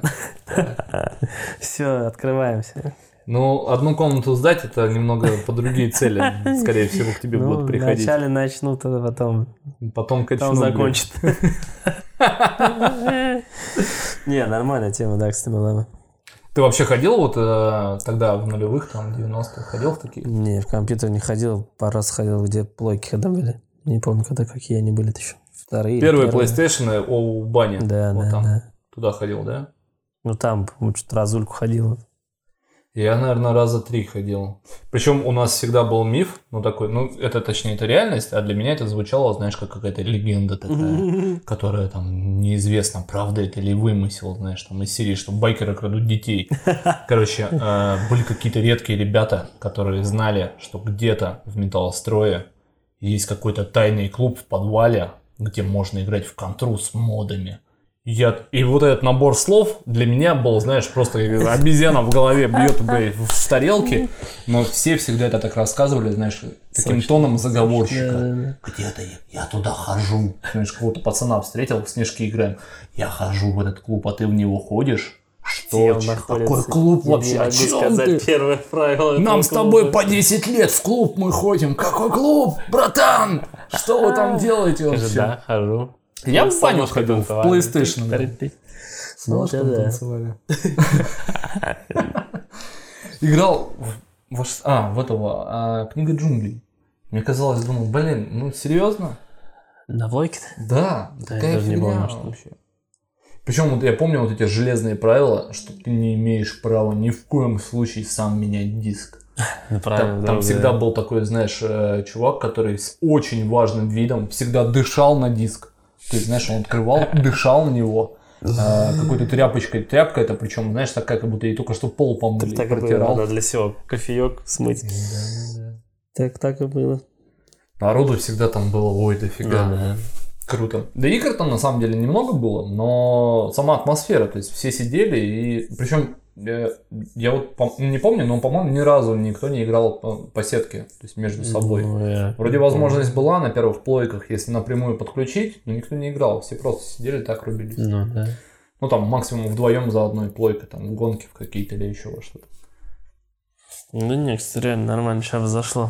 Все, открываемся. Ну, одну комнату сдать, это немного по другие цели, скорее всего, к тебе Ну, будут приходить. вначале начнут, а потом Потом качнут. там блин. закончат. Не, нормальная тема, да, кстати, была бы. Ты вообще ходил вот э, тогда в нулевых, там, девяностых, ходил в такие? Не, в компьютер не ходил, пару раз ходил, где плойки когда были. Не помню, когда какие они были еще. Вторые. Первые первые. PlayStation о бане. Да, вот да, там. да. Туда ходил, да? Ну там, вот что-то разульку ходил. Я, наверное, раза три ходил. Причем у нас всегда был миф, ну такой, ну это точнее это реальность, а для меня это звучало, знаешь, как какая-то легенда такая, которая там неизвестно, правда это или вымысел, знаешь, там из серии, что байкеры крадут детей. Короче, э, были какие-то редкие ребята, которые знали, что где-то в металлострое есть какой-то тайный клуб в подвале, где можно играть в контру с модами. Я... И вот этот набор слов для меня был, знаешь, просто обезьяна в голове бьет блядь, в тарелке, но все всегда это так рассказывали, знаешь, таким Сочно. тоном заговорщика. Да, да, да. Где-то я, я туда хожу. Знаешь, какого-то пацана встретил, в снежки играем. Я хожу в этот клуб, а ты в него ходишь? Что? Где он находится? Какой клуб Я вообще? не О могу чем сказать ты? первое правило. Нам этого с тобой клуба. по десять лет в клуб мы ходим. Какой клуб? Братан! Что вы там делаете Скажи, вообще? да, хожу. Я Ну, в баню солнышко ходил, в танцевали. PlayStation. да. Ты- С Ну, ножком да. танцевали. Играл в, во ш- а, в этого, а, Книга джунглей. Мне казалось, думал, блин, ну серьезно? На Войке? Да, Да, такая я даже не фигня помню, что- вообще. Причем вот я помню вот эти железные правила, что ты не имеешь права ни в коем случае сам менять диск. Ну, Там, правильно, там да, всегда да. был такой, знаешь, э, чувак, который с очень важным видом всегда дышал на диск. То есть, знаешь, он открывал, дышал на него э, какой-то тряпочкой. Тряпка это, причем, знаешь, такая, как будто ей только что пол помыли, Так и было, протирал. надо для всего кофеек смыть. Так, так и было. Народу всегда там было, ой, дофига. Да. Круто. Да игр там на самом деле немного было, но сама атмосфера, то есть все сидели и... Причем я, я вот пом- не помню, но, по-моему, ни разу никто не играл по, по сетке, то есть между собой. Ну, я Вроде не возможность была на первых плойках, если напрямую подключить, но никто не играл, все просто сидели так рубились. помню. Ну, да. Ну там максимум вдвоем за одной плойкой, там в гонки в какие-то или еще во что-то. Ну, не, кстати, реально нормально сейчас зашло.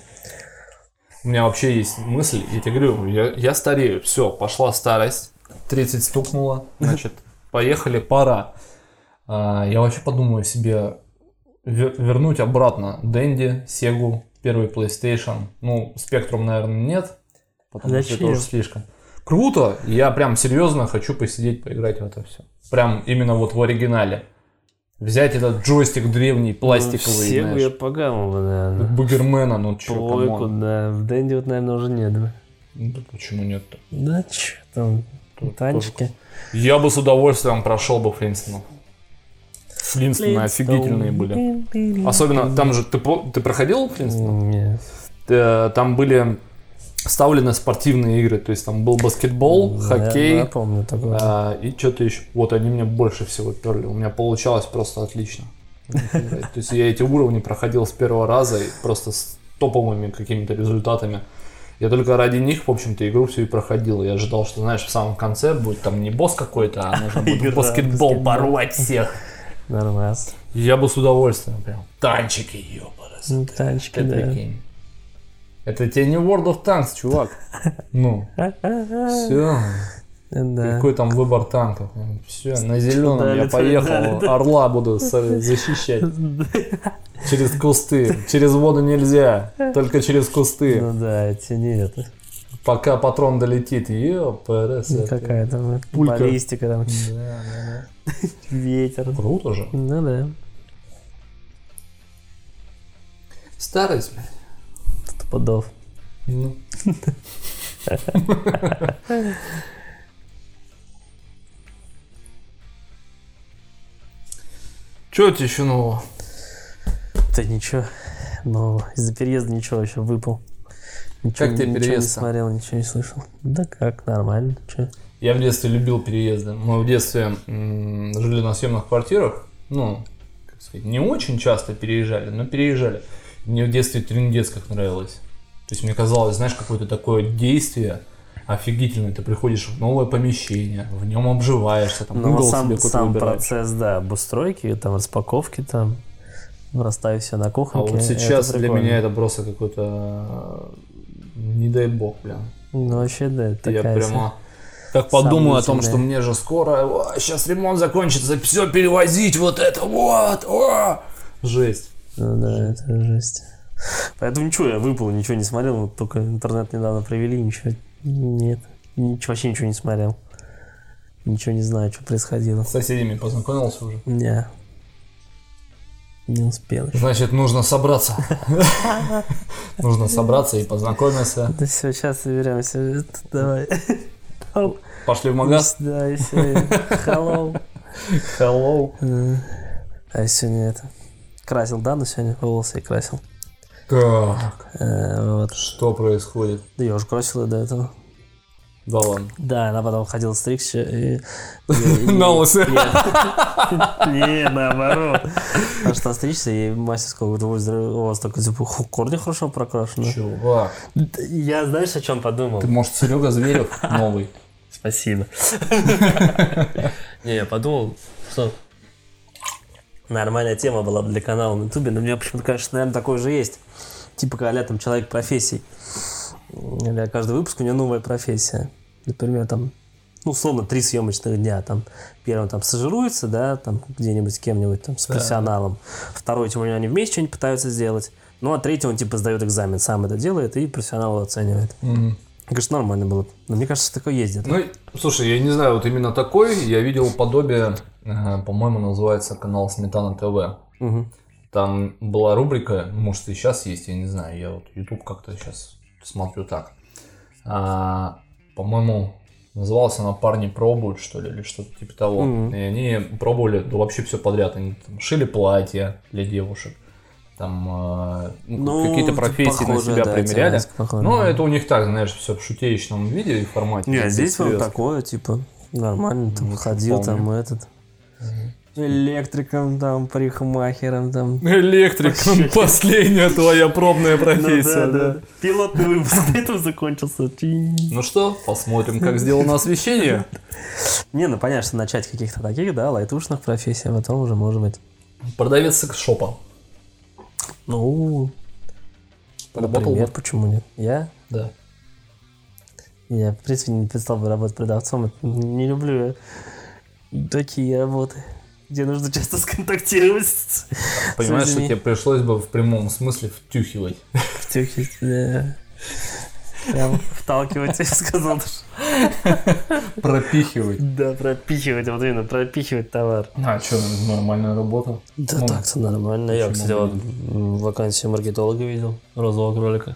У меня вообще есть мысль, я тебе говорю, я, я старею, все, пошла старость, тридцать стукнуло, значит, поехали, пора. А, я вообще подумаю себе вер- вернуть обратно Денди, Сегу, первый PlayStation, ну, Spectrum, наверное, нет, потому что Зачем? это уже слишком. Круто, я прям серьезно хочу посидеть, поиграть в это все. Прям именно вот в оригинале. Взять этот джойстик древний, пластиковый, Сегу знаешь, я поганул бы, да. Бугермена, ну чё, Плойку, камон. да. В Дэнди вот, наверное, уже нет. Да, Ну, да почему нет-то? да чё там, танчики. Я бы с удовольствием прошел бы Флинстонов. Флинстоны офигительные были. Особенно там же, ты, по- ты проходил Флинстонов? Нет. Э, Там были вставлены спортивные игры, то есть там был баскетбол, хоккей Я помню такое. а, и что-то еще. Вот они мне больше всего перли. У меня получалось просто отлично. То есть я эти уровни проходил с первого раза и просто с топовыми какими-то результатами. Я только ради них, в общем-то, игру всю и проходил. Я ожидал, что, знаешь, в самом конце будет там не босс какой-то, а нужно будет Игра, в баскетбол баскетбол. порвать всех. Нормально. Я бы с удовольствием прям. Танчики, ёпарас. Ну, танчики, Ты да. прикинь. Это тебе не World of Tanks, чувак. Ну, все. Да. Какой там выбор танков? Все, на зеленом Да, я лицо, поехал, да, да. орла буду со- защищать. Через кусты. Через воду нельзя, только через кусты. Ну да, тяни это. Пока патрон долетит. Ёпрс. Какая там Пулька. баллистика, там Да, да, да. ветер. Круто же. Ну да. Старость, блядь. Сто пудов. Ну. Че тебе еще нового? Да ничего. Но из-за переезда ничего еще выпал. Ничего, Как тебе ничего не переезд-то? смотрел, ничего не слышал. Да как, нормально. Че? Я в детстве любил переезды. Мы в детстве м, жили на съемных квартирах. Ну, как сказать, не очень часто переезжали, но переезжали. Мне в детстве трындец как нравилось. То есть мне казалось, знаешь, какое-то такое действие офигительное. Ты приходишь в новое помещение, в нем обживаешься, там Ну, угол сам, себе какой-то сам выбираешь. процесс, да, обустройки, там, распаковки, там, расставить все на А кухоньке. вот сейчас это для прикольно. меня это просто какой-то, не дай бог, бля. Ну, вообще, да, это Я такая прямо как подумаю о том, что сомнительная. мне же скоро, сейчас ремонт закончится, все перевозить, вот это вот, о! Жесть. Ну да, это жесть. Поэтому ничего, я выпал, ничего не смотрел, вот только интернет недавно провели, ничего, нет, ничего, вообще ничего не смотрел. Ничего не знаю, что происходило. С соседями познакомился уже? Не, не успел еще. Значит, нужно собраться. Нужно собраться и познакомиться. Да все, сейчас соберемся, это давай. Пошли в магаз. Да, и все, hello. Hello. Э, А я сегодня это, красил, да, но сегодня волосы и красил. Так, Э, Вот. что происходит? Да я уже красил и до этого. Да ладно. Да, она потом ходила стричься и... На лысо. Не, наоборот. Потому что стричься, и мастер сказал, говорит, у вас такой типа корни хорошо прокрашены. Чувак. Да, Я знаешь, о чем подумал? Ты, может, Серега Зверев новый? Спасибо. Не, я подумал, что нормальная тема была бы для канала на ютубе, но у меня почему-то, конечно, наверное, такое же есть. Типа, когда там человек профессий. Для каждого выпуска у него новая профессия. Например, там, ну, условно, три съемочных дня. Там, первый там стажируется, да, там где-нибудь с кем-нибудь, там, с Да. профессионалом. Второй, тем более, они вместе что-нибудь пытаются сделать. Ну, а третий, он, типа, сдает экзамен, сам это делает, и профессионал его оценивает. Мгм. Конечно, нормально было. Но мне кажется, такое ездит. Ну, слушай, я не знаю, вот именно такой. Я видел подобие, э, по-моему, называется канал Сметана ТВ. Мгм. Там была рубрика, может и сейчас есть, я не знаю, я вот YouTube как-то сейчас смотрю так. А, по-моему, называлась она «Парни пробуют», что ли, или что-то типа того. Мгм. И они пробовали да, вообще все подряд. Они там шили платья для девушек, там э, ну, Ну, какие-то профессии на похоже, себя да, примеряли. тема похожа, Ну, да. это у них так, знаешь, все в шутеечном виде и формате. Не, Это здесь вот серьезно. такое, типа, нормально, там, Ну, ходил, вполне. там, этот, электриком, там, парикмахером, там. Электриком, последняя твоя пробная профессия, Ну, да. Пилотный выпуск на этом закончился. Чинь. Ну что, посмотрим, как сделано освещение. Не, ну, понятно, что начать каких-то таких, да, лайтушных профессий, а потом уже, может быть, Продавец секс-шопа. ну, Работал например, бы? почему нет? Я? Да. Я, в принципе, не перестал бы работать продавцом, это не люблю я такие работы, где нужно часто сконтактировать с Понимаешь, с что людьми. тебе пришлось бы в прямом смысле втюхивать. Втюхивать, да. Прям вталкивать, я бы сказал. Пропихивать. Да, пропихивать, вот именно, пропихивать товар. А, что, нормальная работа? Да Ну, так-то нормально. Я, почему кстати, бы вот нет? м, вакансию маркетолога видел, розового кролика.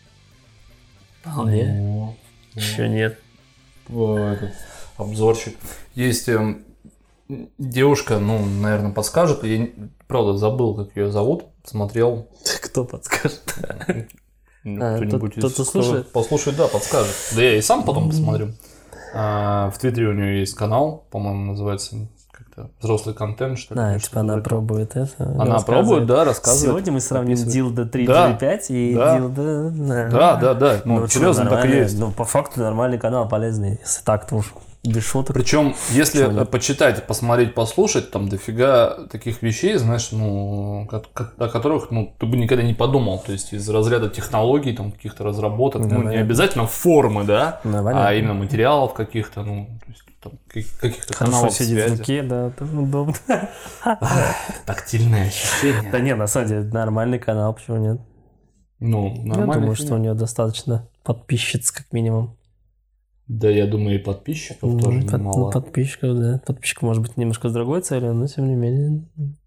Вполне. Ну, Еще нет. ну, этот, обзорчик. Есть эм, девушка, ну, наверное, подскажет. Я, не- правда, забыл, как ее зовут. Смотрел. Кто подскажет? Ну, А, кто-нибудь тот- тот, из- кто слушает? Послушает, да, подскажет. Да я и сам потом посмотрю. А, в Твиттере у нее есть канал, по-моему, называется как-то «Взрослый контент», что ли. А, или типа что-то она такое. пробует это. Она рассказывает. пробует, да, рассказывает. Сегодня мы сравним описывает. Dildo три Да. джи пять и Да. Dildo... Да, да, да. Ну, Ну, серьезно, чё, так и нормально. есть. Ну, по факту нормальный канал, полезный. Если так, то уж Без шуток. Причем, если почитать, посмотреть, послушать, там дофига таких вещей, знаешь, ну, о которых ну, ты бы никогда не подумал. То есть из разряда технологий, там, каких-то разработок, да, ну, не обязательно формы, да, да а именно материалов каких-то, ну, то есть, там, каких-то Хорошо каналов сидит связи. в руке, да, это удобно. Тактильное ощущение. Да нет, на самом деле, нормальный канал, почему нет? Ну, нормально. Я думаю, что у него достаточно подписчиц, как минимум. Да, я думаю, и подписчиков ну, тоже под, немало. Подписчиков, да. Подписчик может быть немножко с другой целью, но тем не менее.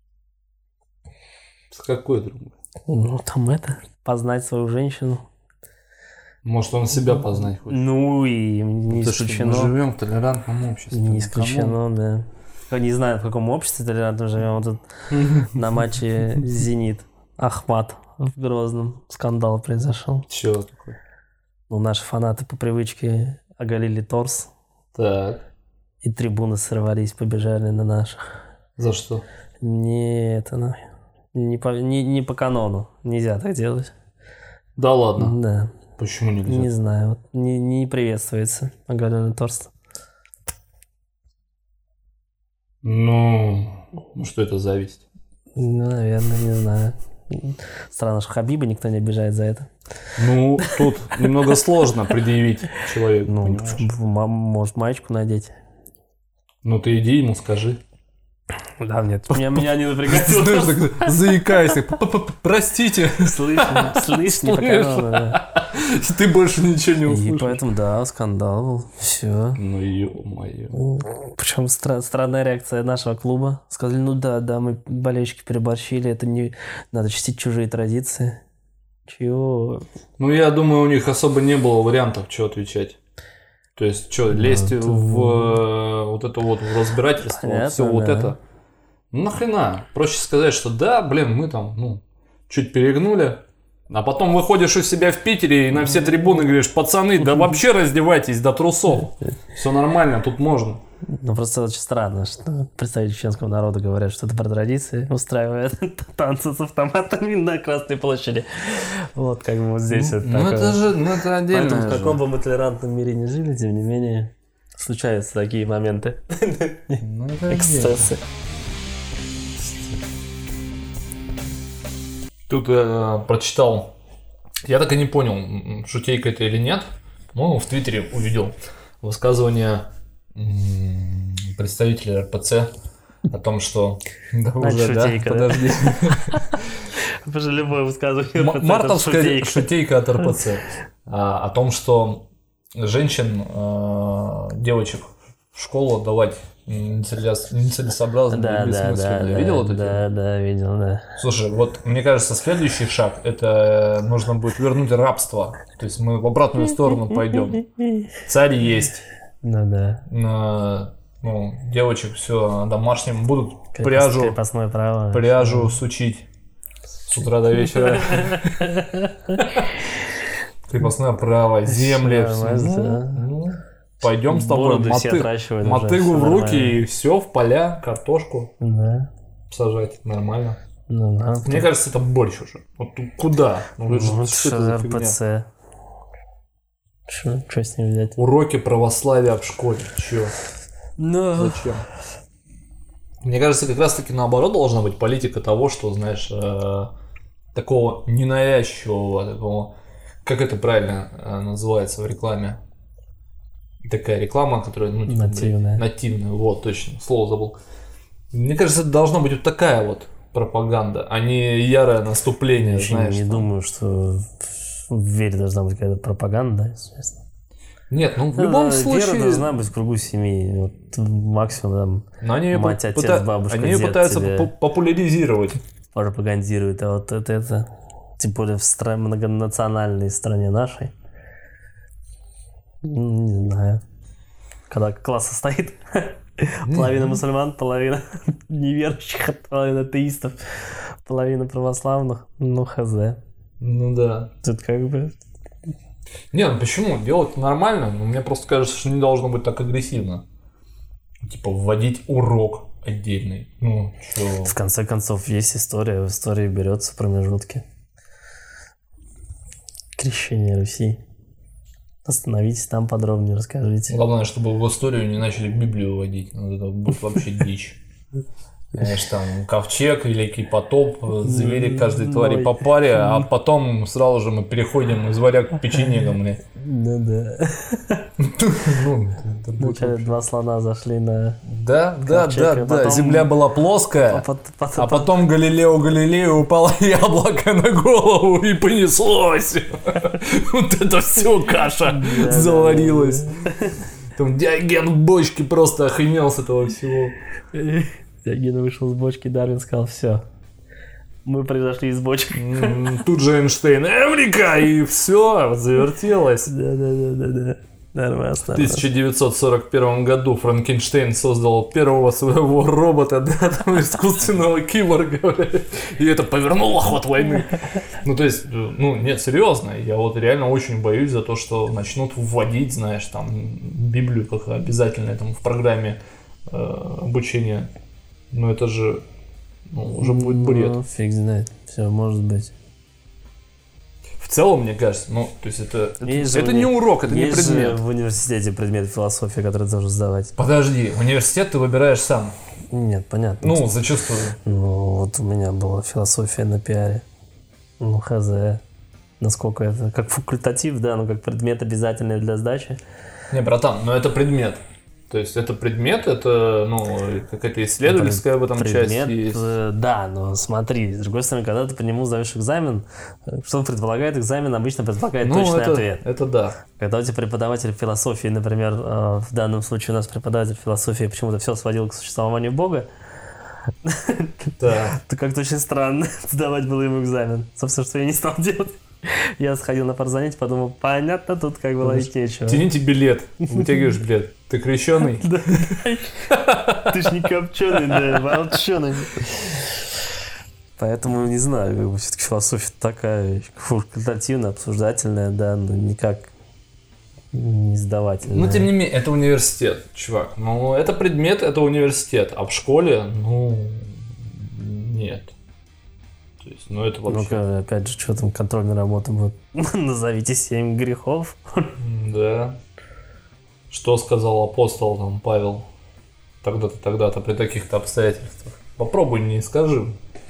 С какой другой? Ну, там это, познать свою женщину. Может, он себя познать хочет. Ну, и не это исключено. Что, мы живем в толерантном обществе. Не исключено, да. Не знаю, в каком обществе толерантном живем. Тут на матче «Зенит» Ахмат в Грозном скандал произошел. Чего такое? Ну, наши фанаты по привычке оголили торс. Так. И трибуны сорвались, побежали на наших. За что? Не, это, ну, не по, не, не по канону. Нельзя так делать. Да ладно? Да. Почему нельзя? Не знаю. Вот, не, не приветствуется оголенный торс. Ну, что это зависть? Ну, наверное, не знаю. Странно, что Хабиба никто не обижает за это. Ну, тут немного сложно предъявить человеку. Ну, может, маечку надеть. Ну, ты иди ему скажи. Да, нет, меня, меня не напрягает. Заикайся. Простите. Слышь, слышь, не по канону, да. Ты больше ничего не услышишь. И поэтому, да, скандал был. Все. Ну, ё-моё. Причем стра- странная реакция нашего клуба. Сказали, ну да, да, мы болельщики переборщили, это не... Надо чтить чужие традиции. Чего? Ну, я думаю, у них особо не было вариантов, что отвечать. То есть, что, лезть ну, в э, вот это вот в разбирательство, понятно, все да. вот это. Ну, нахрена? Проще сказать, что да, блин, мы там, ну, чуть перегнули. А потом выходишь у себя в Питере и на все трибуны говоришь, пацаны, да вообще раздевайтесь до трусов. Все нормально, тут можно. Ну, просто очень странно, что представители чеченского народа говорят, что это про традиции, устраивают танцы с автоматами на Красной площади. Вот как бы вот здесь ну, вот ну такое. это же, ну это отдельно. Поэтому в каком бы мы толерантном мире не жили, тем не менее, случаются такие моменты. Ну, это эксцессы. Тут э, прочитал, я так и не понял, шутейка это или нет, но в Твиттере увидел высказывание представителя эр пэ цэ о том, что... Да, уже, шутейка, да? Подожди. Уже любое высказывание эр пэ цэ мартовская шутейка. шутейка от эр пэ цэ. О том, что женщин, девочек в школу давать нецелесообразно да, и бессмысленно. Да, видел да, это? Да, тему? да, видел, да. Слушай, вот мне кажется, следующий шаг, это нужно будет вернуть рабство. То есть мы в обратную сторону пойдем. Царь есть. Ну да. На, ну, девочек все домашним будут Крепост, пряжу, крепостное право. пряжу сучить с утра до вечера. Крепостное право, земли. Пойдем с тобой мотыгу в руки и все в поля, картошку сажать нормально. Мне кажется, это больше уже. Вот куда? Что эр пэ цэ? Что, что с ним взять? Уроки православия в школе. Чё? Но... Зачем? Мне кажется, как раз таки наоборот должна быть политика того, что, знаешь, э, такого ненавязчивого, такого, как это правильно э, называется в рекламе? Такая реклама, которая, ну, типа, нативная. Блин, нативная, вот, точно, слово забыл. Мне кажется, это должна быть вот такая вот пропаганда, а не ярое наступление, я знаешь. Я не там. думаю, что... В вере должна быть какая-то пропаганда, естественно. Нет, ну в любом да, случае... Вера должна быть в кругу семьи. Вот, максимум там они мать, пыта... отец, бабушка, Они ее пытаются тебе популяризировать. Пропагандируют. А вот это, это тем более в стра... многонациональной стране нашей. Ну, не знаю. Когда класс состоит, половина мусульман, половина неверующих, половина атеистов, половина православных. Ну, хз. Ну да. Тут как бы... Не, ну почему? Делать нормально, но мне просто кажется, что не должно быть так агрессивно. Типа вводить урок отдельный. Ну, чё? В конце концов, есть история, в истории берется промежутки. Крещение Руси. Остановитесь там подробнее, расскажите. Главное, чтобы в историю не начали Библию вводить. Вот это будет вообще дичь. Знаешь, там ковчег, великий потоп, звери каждой твари по паре, а потом сразу же мы переходим из варяг к печенегам. Да-да. Вначале два слона зашли на Да, да, да, да. Земля была плоская, а потом Галилео Галилею упало яблоко на голову и понеслось. Вот это все каша заварилась. Там Диоген в бочке просто охренел с этого всего. Диоген вышел с бочки, Дарвин сказал: все, мы произошли из бочек. Тут же Эйнштейн, Эврика, и все, завертелось. Да-да-да-да-да. Нормально. В тысяча девятьсот сорок первом году Франкенштейн создал первого своего робота, да, там, искусственного киборга, и это повернуло ход войны. Ну, то есть, ну, нет, серьезно, я вот реально очень боюсь за то, что начнут вводить, знаешь, там, Библию как обязательно там в программе э, обучения. Ну, это же, ну, уже будет бред. Ну, фиг знает, все, может быть. В целом, мне кажется, ну, то есть это, это, это уни... не урок, это есть не предмет. Же в университете предмет философии, который ты должен сдавать. Подожди, университет ты выбираешь сам. Нет, понятно. Ну, зачастую. Ну, вот у меня была философия на пиаре. Ну, хз. Насколько это, как факультатив, да, ну, как предмет обязательный для сдачи. Не, братан, но это предмет. То есть это предмет, это, ну, какая-то исследовательская в этом предмет, часть есть. Да, но смотри, с другой стороны, когда ты по нему сдаешь экзамен, что предполагает экзамен, обычно предполагает ну, точный это, ответ. Это да. Когда у тебя преподаватель философии, например, в данном случае у нас преподаватель философии почему-то все сводил к существованию Бога, да. то как-то очень странно сдавать было ему экзамен. Собственно, что я не стал делать. Я сходил на пару занятий, подумал, понятно, тут как бы ловить нечего. Тяните билет, вытягиваешь билет. Ты крещеный? Да. Ты ж не копченый, да, волченый. Поэтому, не знаю, как бы все-таки философия такая факультативная, обсуждательная, да, но никак не сдавательная. Ну, тем не менее, это университет, чувак. Ну, это предмет, это университет. А в школе, ну, нет. То есть, ну, это вообще... Ну-ка, опять же, что там контрольная работа будет? Назовите семь грехов. Да. Что сказал апостол там Павел тогда-то, тогда-то, при таких-то обстоятельствах? Попробуй не скажи.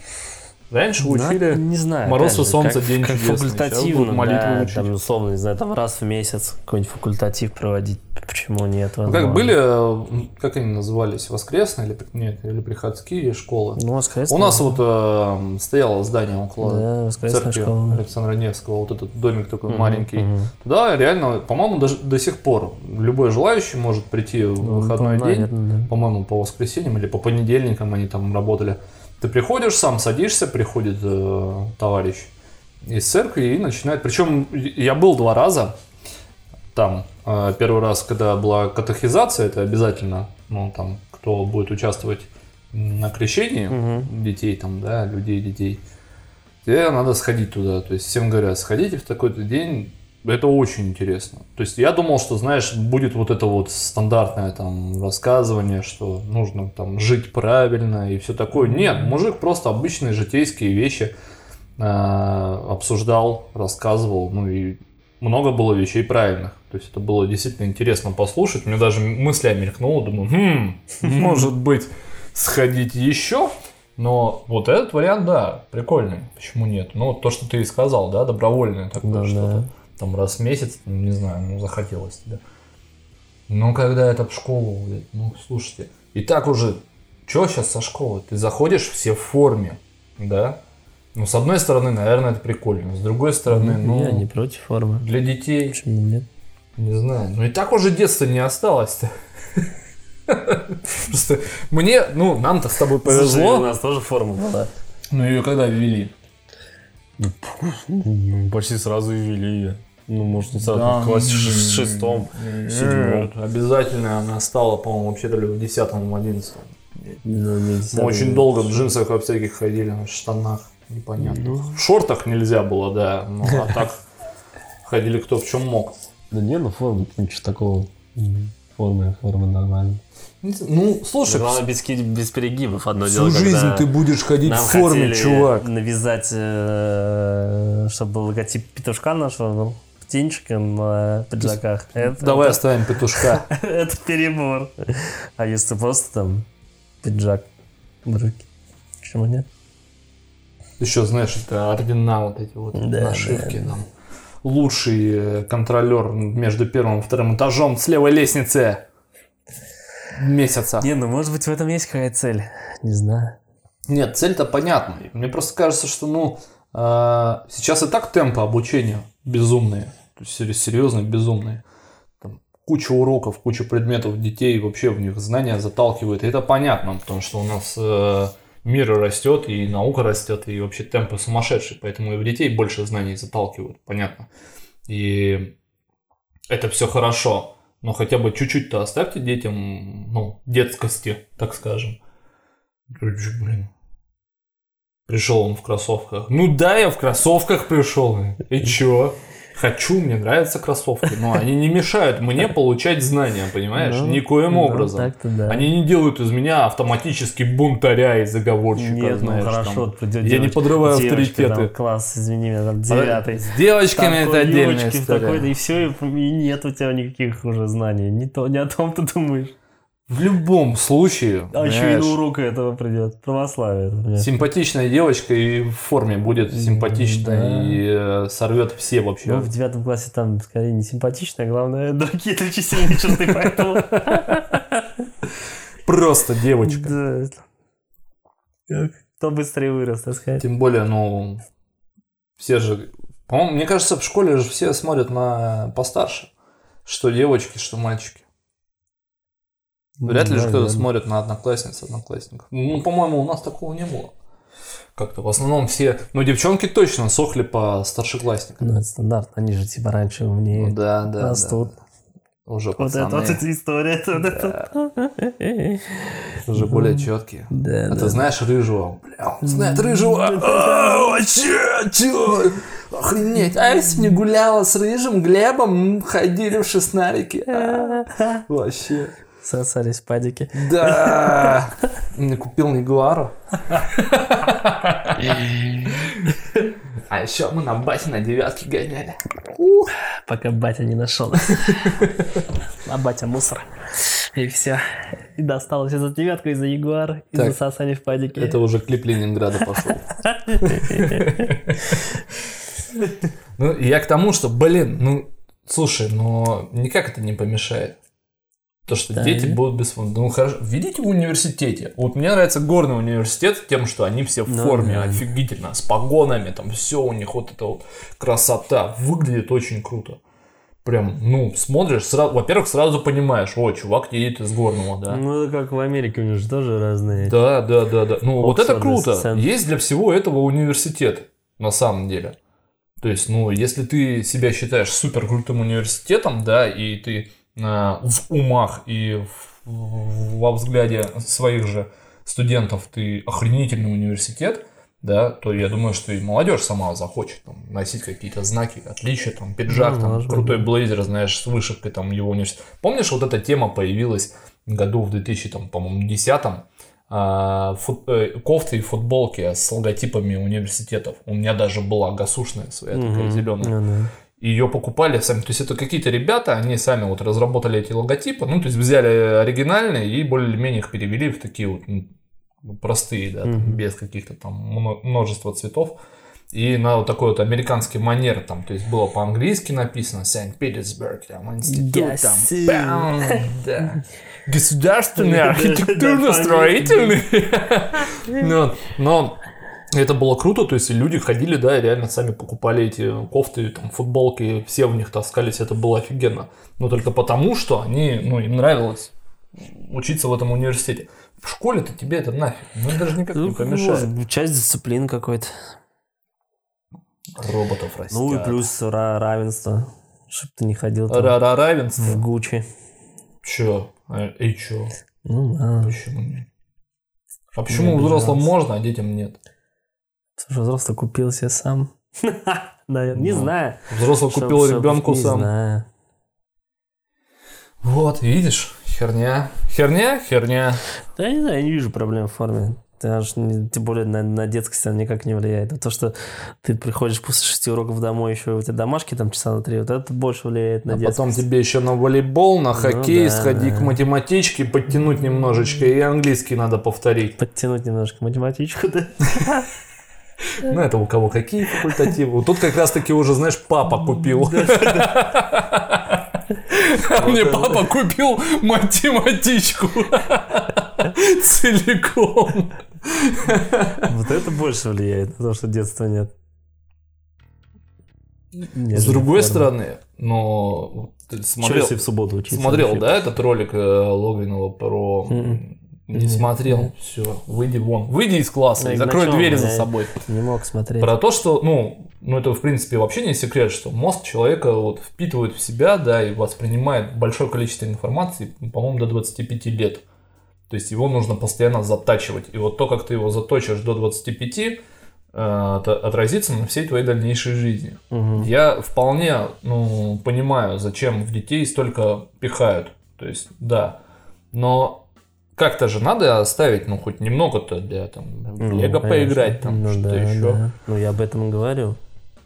Раньше учили да, не знаю, мороз и солнце, как, день как чудесный. Факультативно, молитвы да, учить. там, условно, не знаю, там раз в месяц какой-нибудь факультатив проводить. Почему нет? Ну, как были, как они назывались, воскресные или, нет, или приходские школы? Ну, воскресные. У нас вот э, стояло здание около да, церкви школа. Александра Невского, вот этот домик такой uh-huh, маленький. Uh-huh. Да, реально, по-моему, даже до сих пор любой желающий может прийти в ну, выходной ну, день, наверное, да. по-моему, по воскресеньям или по понедельникам они там работали. Ты приходишь, сам садишься, приходит э, товарищ из церкви и начинает. Причем я был два раза там. Э, первый раз, когда была катехизация, это обязательно, ну там, кто будет участвовать на крещении угу. детей, там, да, людей, детей, тебе надо сходить туда. То есть всем говорят, сходите в такой-то день. Это очень интересно. То есть я думал, что, знаешь, будет вот это вот стандартное там рассказывание, что нужно там жить правильно и все такое. Нет, мужик просто обычные житейские вещи э, обсуждал, рассказывал, ну и много было вещей правильных. То есть это было действительно интересно послушать. Мне даже мысля мелькнула, думаю, хм, может быть, сходить еще? Но вот этот вариант, да, прикольный. Почему нет? Ну, то, что ты и сказал, да, добровольное такое да, что-то. Да. Там раз в месяц, не знаю, ну захотелось тебе. Но когда это в школу, ну слушайте, и так уже, что сейчас со школы? Ты заходишь все в форме, да? Ну, с одной стороны, наверное, это прикольно, с другой стороны, ну... Я не против формы. Для детей... Почему нет? Не знаю, ну и так уже детства не осталось-то. Просто мне, ну, нам-то с тобой повезло. У нас тоже форма была. Ну, ее когда ввели? Ну, почти сразу и ввели ее. Ну, может, не сразу, да, в классе шестом, седьмом. Обязательно она стала, по-моему, вообще-то в десятом, в одиннадцатом. Ну, Мы очень долго в джинсах во всяких ходили, в штанах, непонятно. Ну. В шортах нельзя было, да, ну, а так ходили кто в чем мог. Да не, ну форма, ничего такого. Форма, форма нормальная. Ну, слушай, главное без, без перегибов. Одно всю дело, жизнь ты будешь ходить в форме, чувак. Навязать, э, чтобы логотип петушка нашего был в птенчика на пиджаках. Это, Давай это, оставим петушка. это перебор. А если просто там пиджак, брюки, почему нет? Еще, знаешь, это ордена вот эти вот Да, нашивки. да, да. Там. Лучший контролер между первым и вторым этажом с левой лестницы месяца. Не, ну может быть в этом есть какая цель. Не знаю. Нет, цель-то понятна. Мне просто кажется, что ну э, сейчас и так темпы обучения безумные. То есть серьезно безумные. Там куча уроков, куча предметов детей, вообще в них знания заталкивают. И это понятно, потому что у нас э, мир растет, и наука растет, и вообще темпы сумасшедшие. Поэтому и в детей больше знаний заталкивают, понятно. И это все хорошо. Но хотя бы чуть-чуть-то оставьте детям, ну, детскости, так скажем. Блин. Пришел он в кроссовках. Ну да, я в кроссовках пришел. И чё? Хочу, мне нравятся кроссовки. Но они не мешают мне получать знания, понимаешь? Ну, Никоим ну, образом. так-то да. Они не делают из меня автоматически бунтаря и заговорщика, Нет, знаешь. ну хорошо, там. придет Я девочка, не подрываю девочка, авторитеты. Там, класс, извини меня, там девятый. С девочками это отдельная история. Такой, и все, и нет у тебя никаких уже знаний. Не, то, не о том ты думаешь. В любом случае, А еще и на урока этого придет. Православие. Например. Симпатичная девочка и в форме будет симпатичной, да. и э, сорвет все вообще. Ну, в девятом классе там скорее не симпатичная, главное, другие отличительные черты, поэтому... Просто девочка. Да. Кто быстрее вырос, так сказать. Тем более, ну, все же... По-моему, мне кажется, в школе же все смотрят на постарше. Что девочки, что мальчики. Вряд ли же кто-то смотрит на одноклассниц, одноклассников. Ну, по-моему, у нас такого не было. Как-то в основном все... Ну, девчонки точно сохли по старшеклассникам. Ну, это стандарт. Они же типа раньше умнее Ну, да, да, растут. да. Уже Вот пацаны. это вот эта история. Вот Да. это. Уже более четкие. Да, А да. ты знаешь Рыжего? Бля, он знает Рыжего. А, вообще, чё? Охренеть. А я сегодня гуляла с Рыжим Глебом, ходили в шестнарики. А, вообще. Сосались в падике. Да. Мне купил Ягуару. А еще мы на бате на девятке гоняли. Пока батя не нашел. А батя мусор. И все. И досталось и за девятку, и за Ягуар, и Так, за сосание в падике. Это уже клип Ленинграда пошел. Ну, я к тому, что, блин, ну, слушай, но никак это не помешает. То, что Да. дети будут без формы. Ну, хорошо, видите в университете. Вот мне нравится горный университет тем, что они все в Ну, форме, да. офигительно, с погонами, там все у них вот это вот красота. Выглядит очень круто. Прям, ну, смотришь, сразу, во-первых, сразу понимаешь, о, чувак едет из горного, да. Ну, это как в Америке, у них же тоже разные. Да, да, да, да. Ну, вот это Оксфорд, круто. Сент. Есть для всего этого университет, на самом деле. То есть, ну, если ты себя считаешь супер крутым университетом, да, и ты э, в умах и в- в- во взгляде своих же студентов ты охренительный университет, да, то я думаю, что и молодежь сама захочет там, носить какие-то знаки отличия, там, пиджак, Ну, там, может крутой быть. блейзер, знаешь, с вышивкой там его университета. Помнишь, вот эта тема появилась году в две тысячи десятом, а, фут- э, кофты и футболки с логотипами университетов. У меня даже была гасушная своя такая Мгм. зеленая. Ну, да. Ее покупали сами. То есть это какие-то ребята, они сами вот разработали эти логотипы, ну, то есть взяли оригинальные и более-менее их перевели в такие вот ну, простые, да, там, Мгм. без каких-то там мно- множества цветов. И на вот такой вот американский манер, там, то есть было по-английски написано Санкт-Петербург, там, институт, там, Yes. бам, да. Государственный Да, архитектурно-строительный. Но, но это было круто, то есть люди ходили, да, и реально сами покупали эти кофты, там, футболки, все в них таскались, это было офигенно. Но только потому, что они, ну, им нравилось учиться в этом университете. В школе-то тебе это нафиг, ну, даже никак не Ну, помешает. ну, часть дисциплин какой-то. Роботов растят. Ну и плюс ра- равенство. Чтоб ты не ходил там Ра-ра равенство. в Гуччи. Чё? А, и чё? Ну да. Почему нет? А почему Не взрослым обижался. можно, а детям нет? Слушай, взрослый купил себе сам. Наверное, не Ну, знаю. Взрослый Чтоб- купил чтоб- ребенку не сам. знаю. Вот, видишь? Херня. Херня, херня. Да я не знаю, я не вижу проблем в форме. Это аж не- тем более на, на детскость она никак не влияет. А то, что ты приходишь после шести уроков домой, еще у тебя домашки там часа на три, вот это больше влияет на А детскость. потом тебе еще на волейбол, на хоккей, да, сходи да. к математичке, подтянуть немножечко, и английский надо повторить. Подтянуть немножко математичку, да? Ну, это у кого какие факультативы. Тут как раз-таки уже, знаешь, папа купил. А мне папа купил математичку целиком. Вот это больше влияет на то, что детства нет. Нет, С другой формы. стороны, но ты Чё, смотрел, если в субботу учиться? смотрел, вообще? да, этот ролик э, Логвинова про... Мгм. Не Нет. смотрел, все, выйди вон, выйди из класса Ну, и и закрой на чём, двери за я собой. Не мог смотреть. Про то, что, ну, ну, это в принципе вообще не секрет, что мозг человека вот впитывает в себя, да, и воспринимает большое количество информации, по-моему, до двадцати пяти лет. То есть его нужно постоянно затачивать. И вот то, как ты его заточишь до двадцати пяти, э, это отразится на всей твоей дальнейшей жизни. Мгм. Я вполне, ну, понимаю, зачем в детей столько пихают. То есть, да. Но как-то же надо оставить, ну, хоть немного-то для, там, в Ну, лего конечно. поиграть, там, Ну, что да, еще. да. Ну, я об этом и говорю.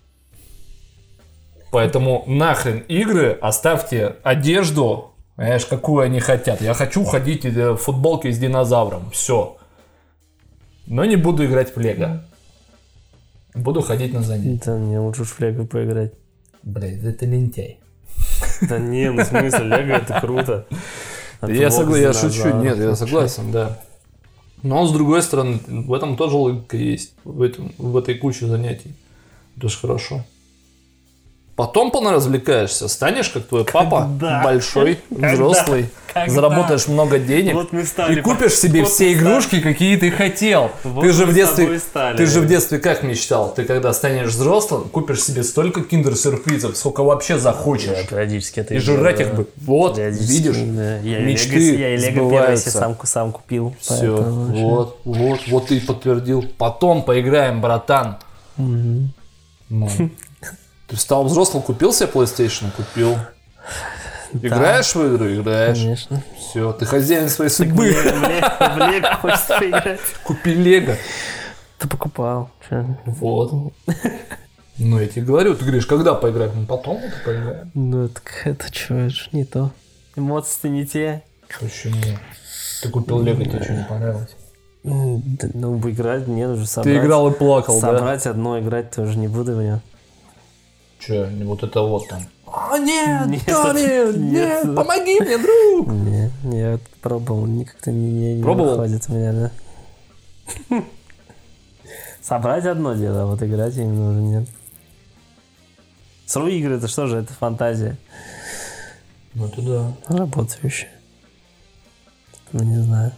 Поэтому нахрен игры, оставьте одежду, знаешь, какую они хотят. Я хочу ходить в футболке с динозавром, все. Но не буду играть в лего. Буду ходить на занятия. Да, мне лучше уж в лего поиграть. Блядь, это лентяй. Да не, ну в смысле, лего это круто. А ты Я, мог согла... с я шучу, динозавром нет, я вообще. согласен, да. Но с другой стороны, в этом тоже логика есть, в, этом, в этой куче занятий. Это же хорошо. Потом понаразвлекаешься, станешь как твой папа, Когда? большой, Когда? взрослый, Когда? заработаешь много денег Вот мы стали и купишь себе вот все мы игрушки, какие ты хотел. Вот ты же мы в с детстве, тобой стали. ты же в детстве как мечтал? Ты когда станешь взрослым, купишь себе столько киндер-сюрпризов, сколько вообще захочешь. Да, периодически это И и жрать было, их да. бы. Вот, Периодически, видишь? да. Я и мечты Лего, я и Лего первый сбываются. себе сам, сам купил. Все, поэтому вообще. вот, вот, вот ты и подтвердил. Потом поиграем, братан. Мгм. Ну. Ты стал взрослым, купил себе PlayStation? Купил. Играешь в игры? Играешь. Конечно. Все, ты хозяин своей Мне судьбы. в Лего- в Лего хочется поиграть. Купи Лего. Ты покупал. Чё? Вот. Ну, я тебе говорю, ты говоришь, когда поиграем? Ну, потом это поиграем. Ну, так это что, это ж не то. Эмоции-то не те. Почему? Ты купил Лего, тебе что, не понравилось? М, да, ну, играть мне уже собрать. Ты играл и плакал, да? Собрать одно, играть тоже не буду в нее. Че, вот это вот там. А, нет, Нет, Тони, нет. нет, помоги мне, друг. Не, не, я пробовал, никак-то не, не, не Пробовал? выходит у меня, да. Собрать одно дело, а вот играть именно уже нет. Сырые игры, это что же, это фантазия Ну, это да. работающая. Ну, не знаю.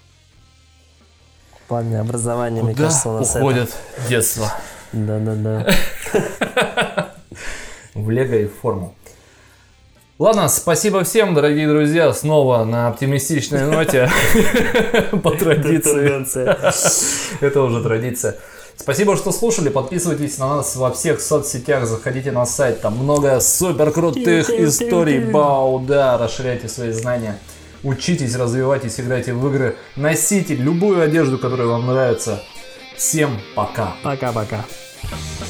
В плане образования, мне кажется, у нас уходит детство. это... Да-да-да. В Лего и в форму. Ладно, спасибо всем, дорогие друзья. Снова на оптимистичной ноте. По традиции. Это уже традиция. Спасибо, что слушали. Подписывайтесь на нас во всех соцсетях. Заходите на сайт. Там много супер крутых историй. Бау, да, расширяйте свои знания. Учитесь, развивайтесь, играйте в игры. Носите любую одежду, которая вам нравится. Всем пока. Пока-пока.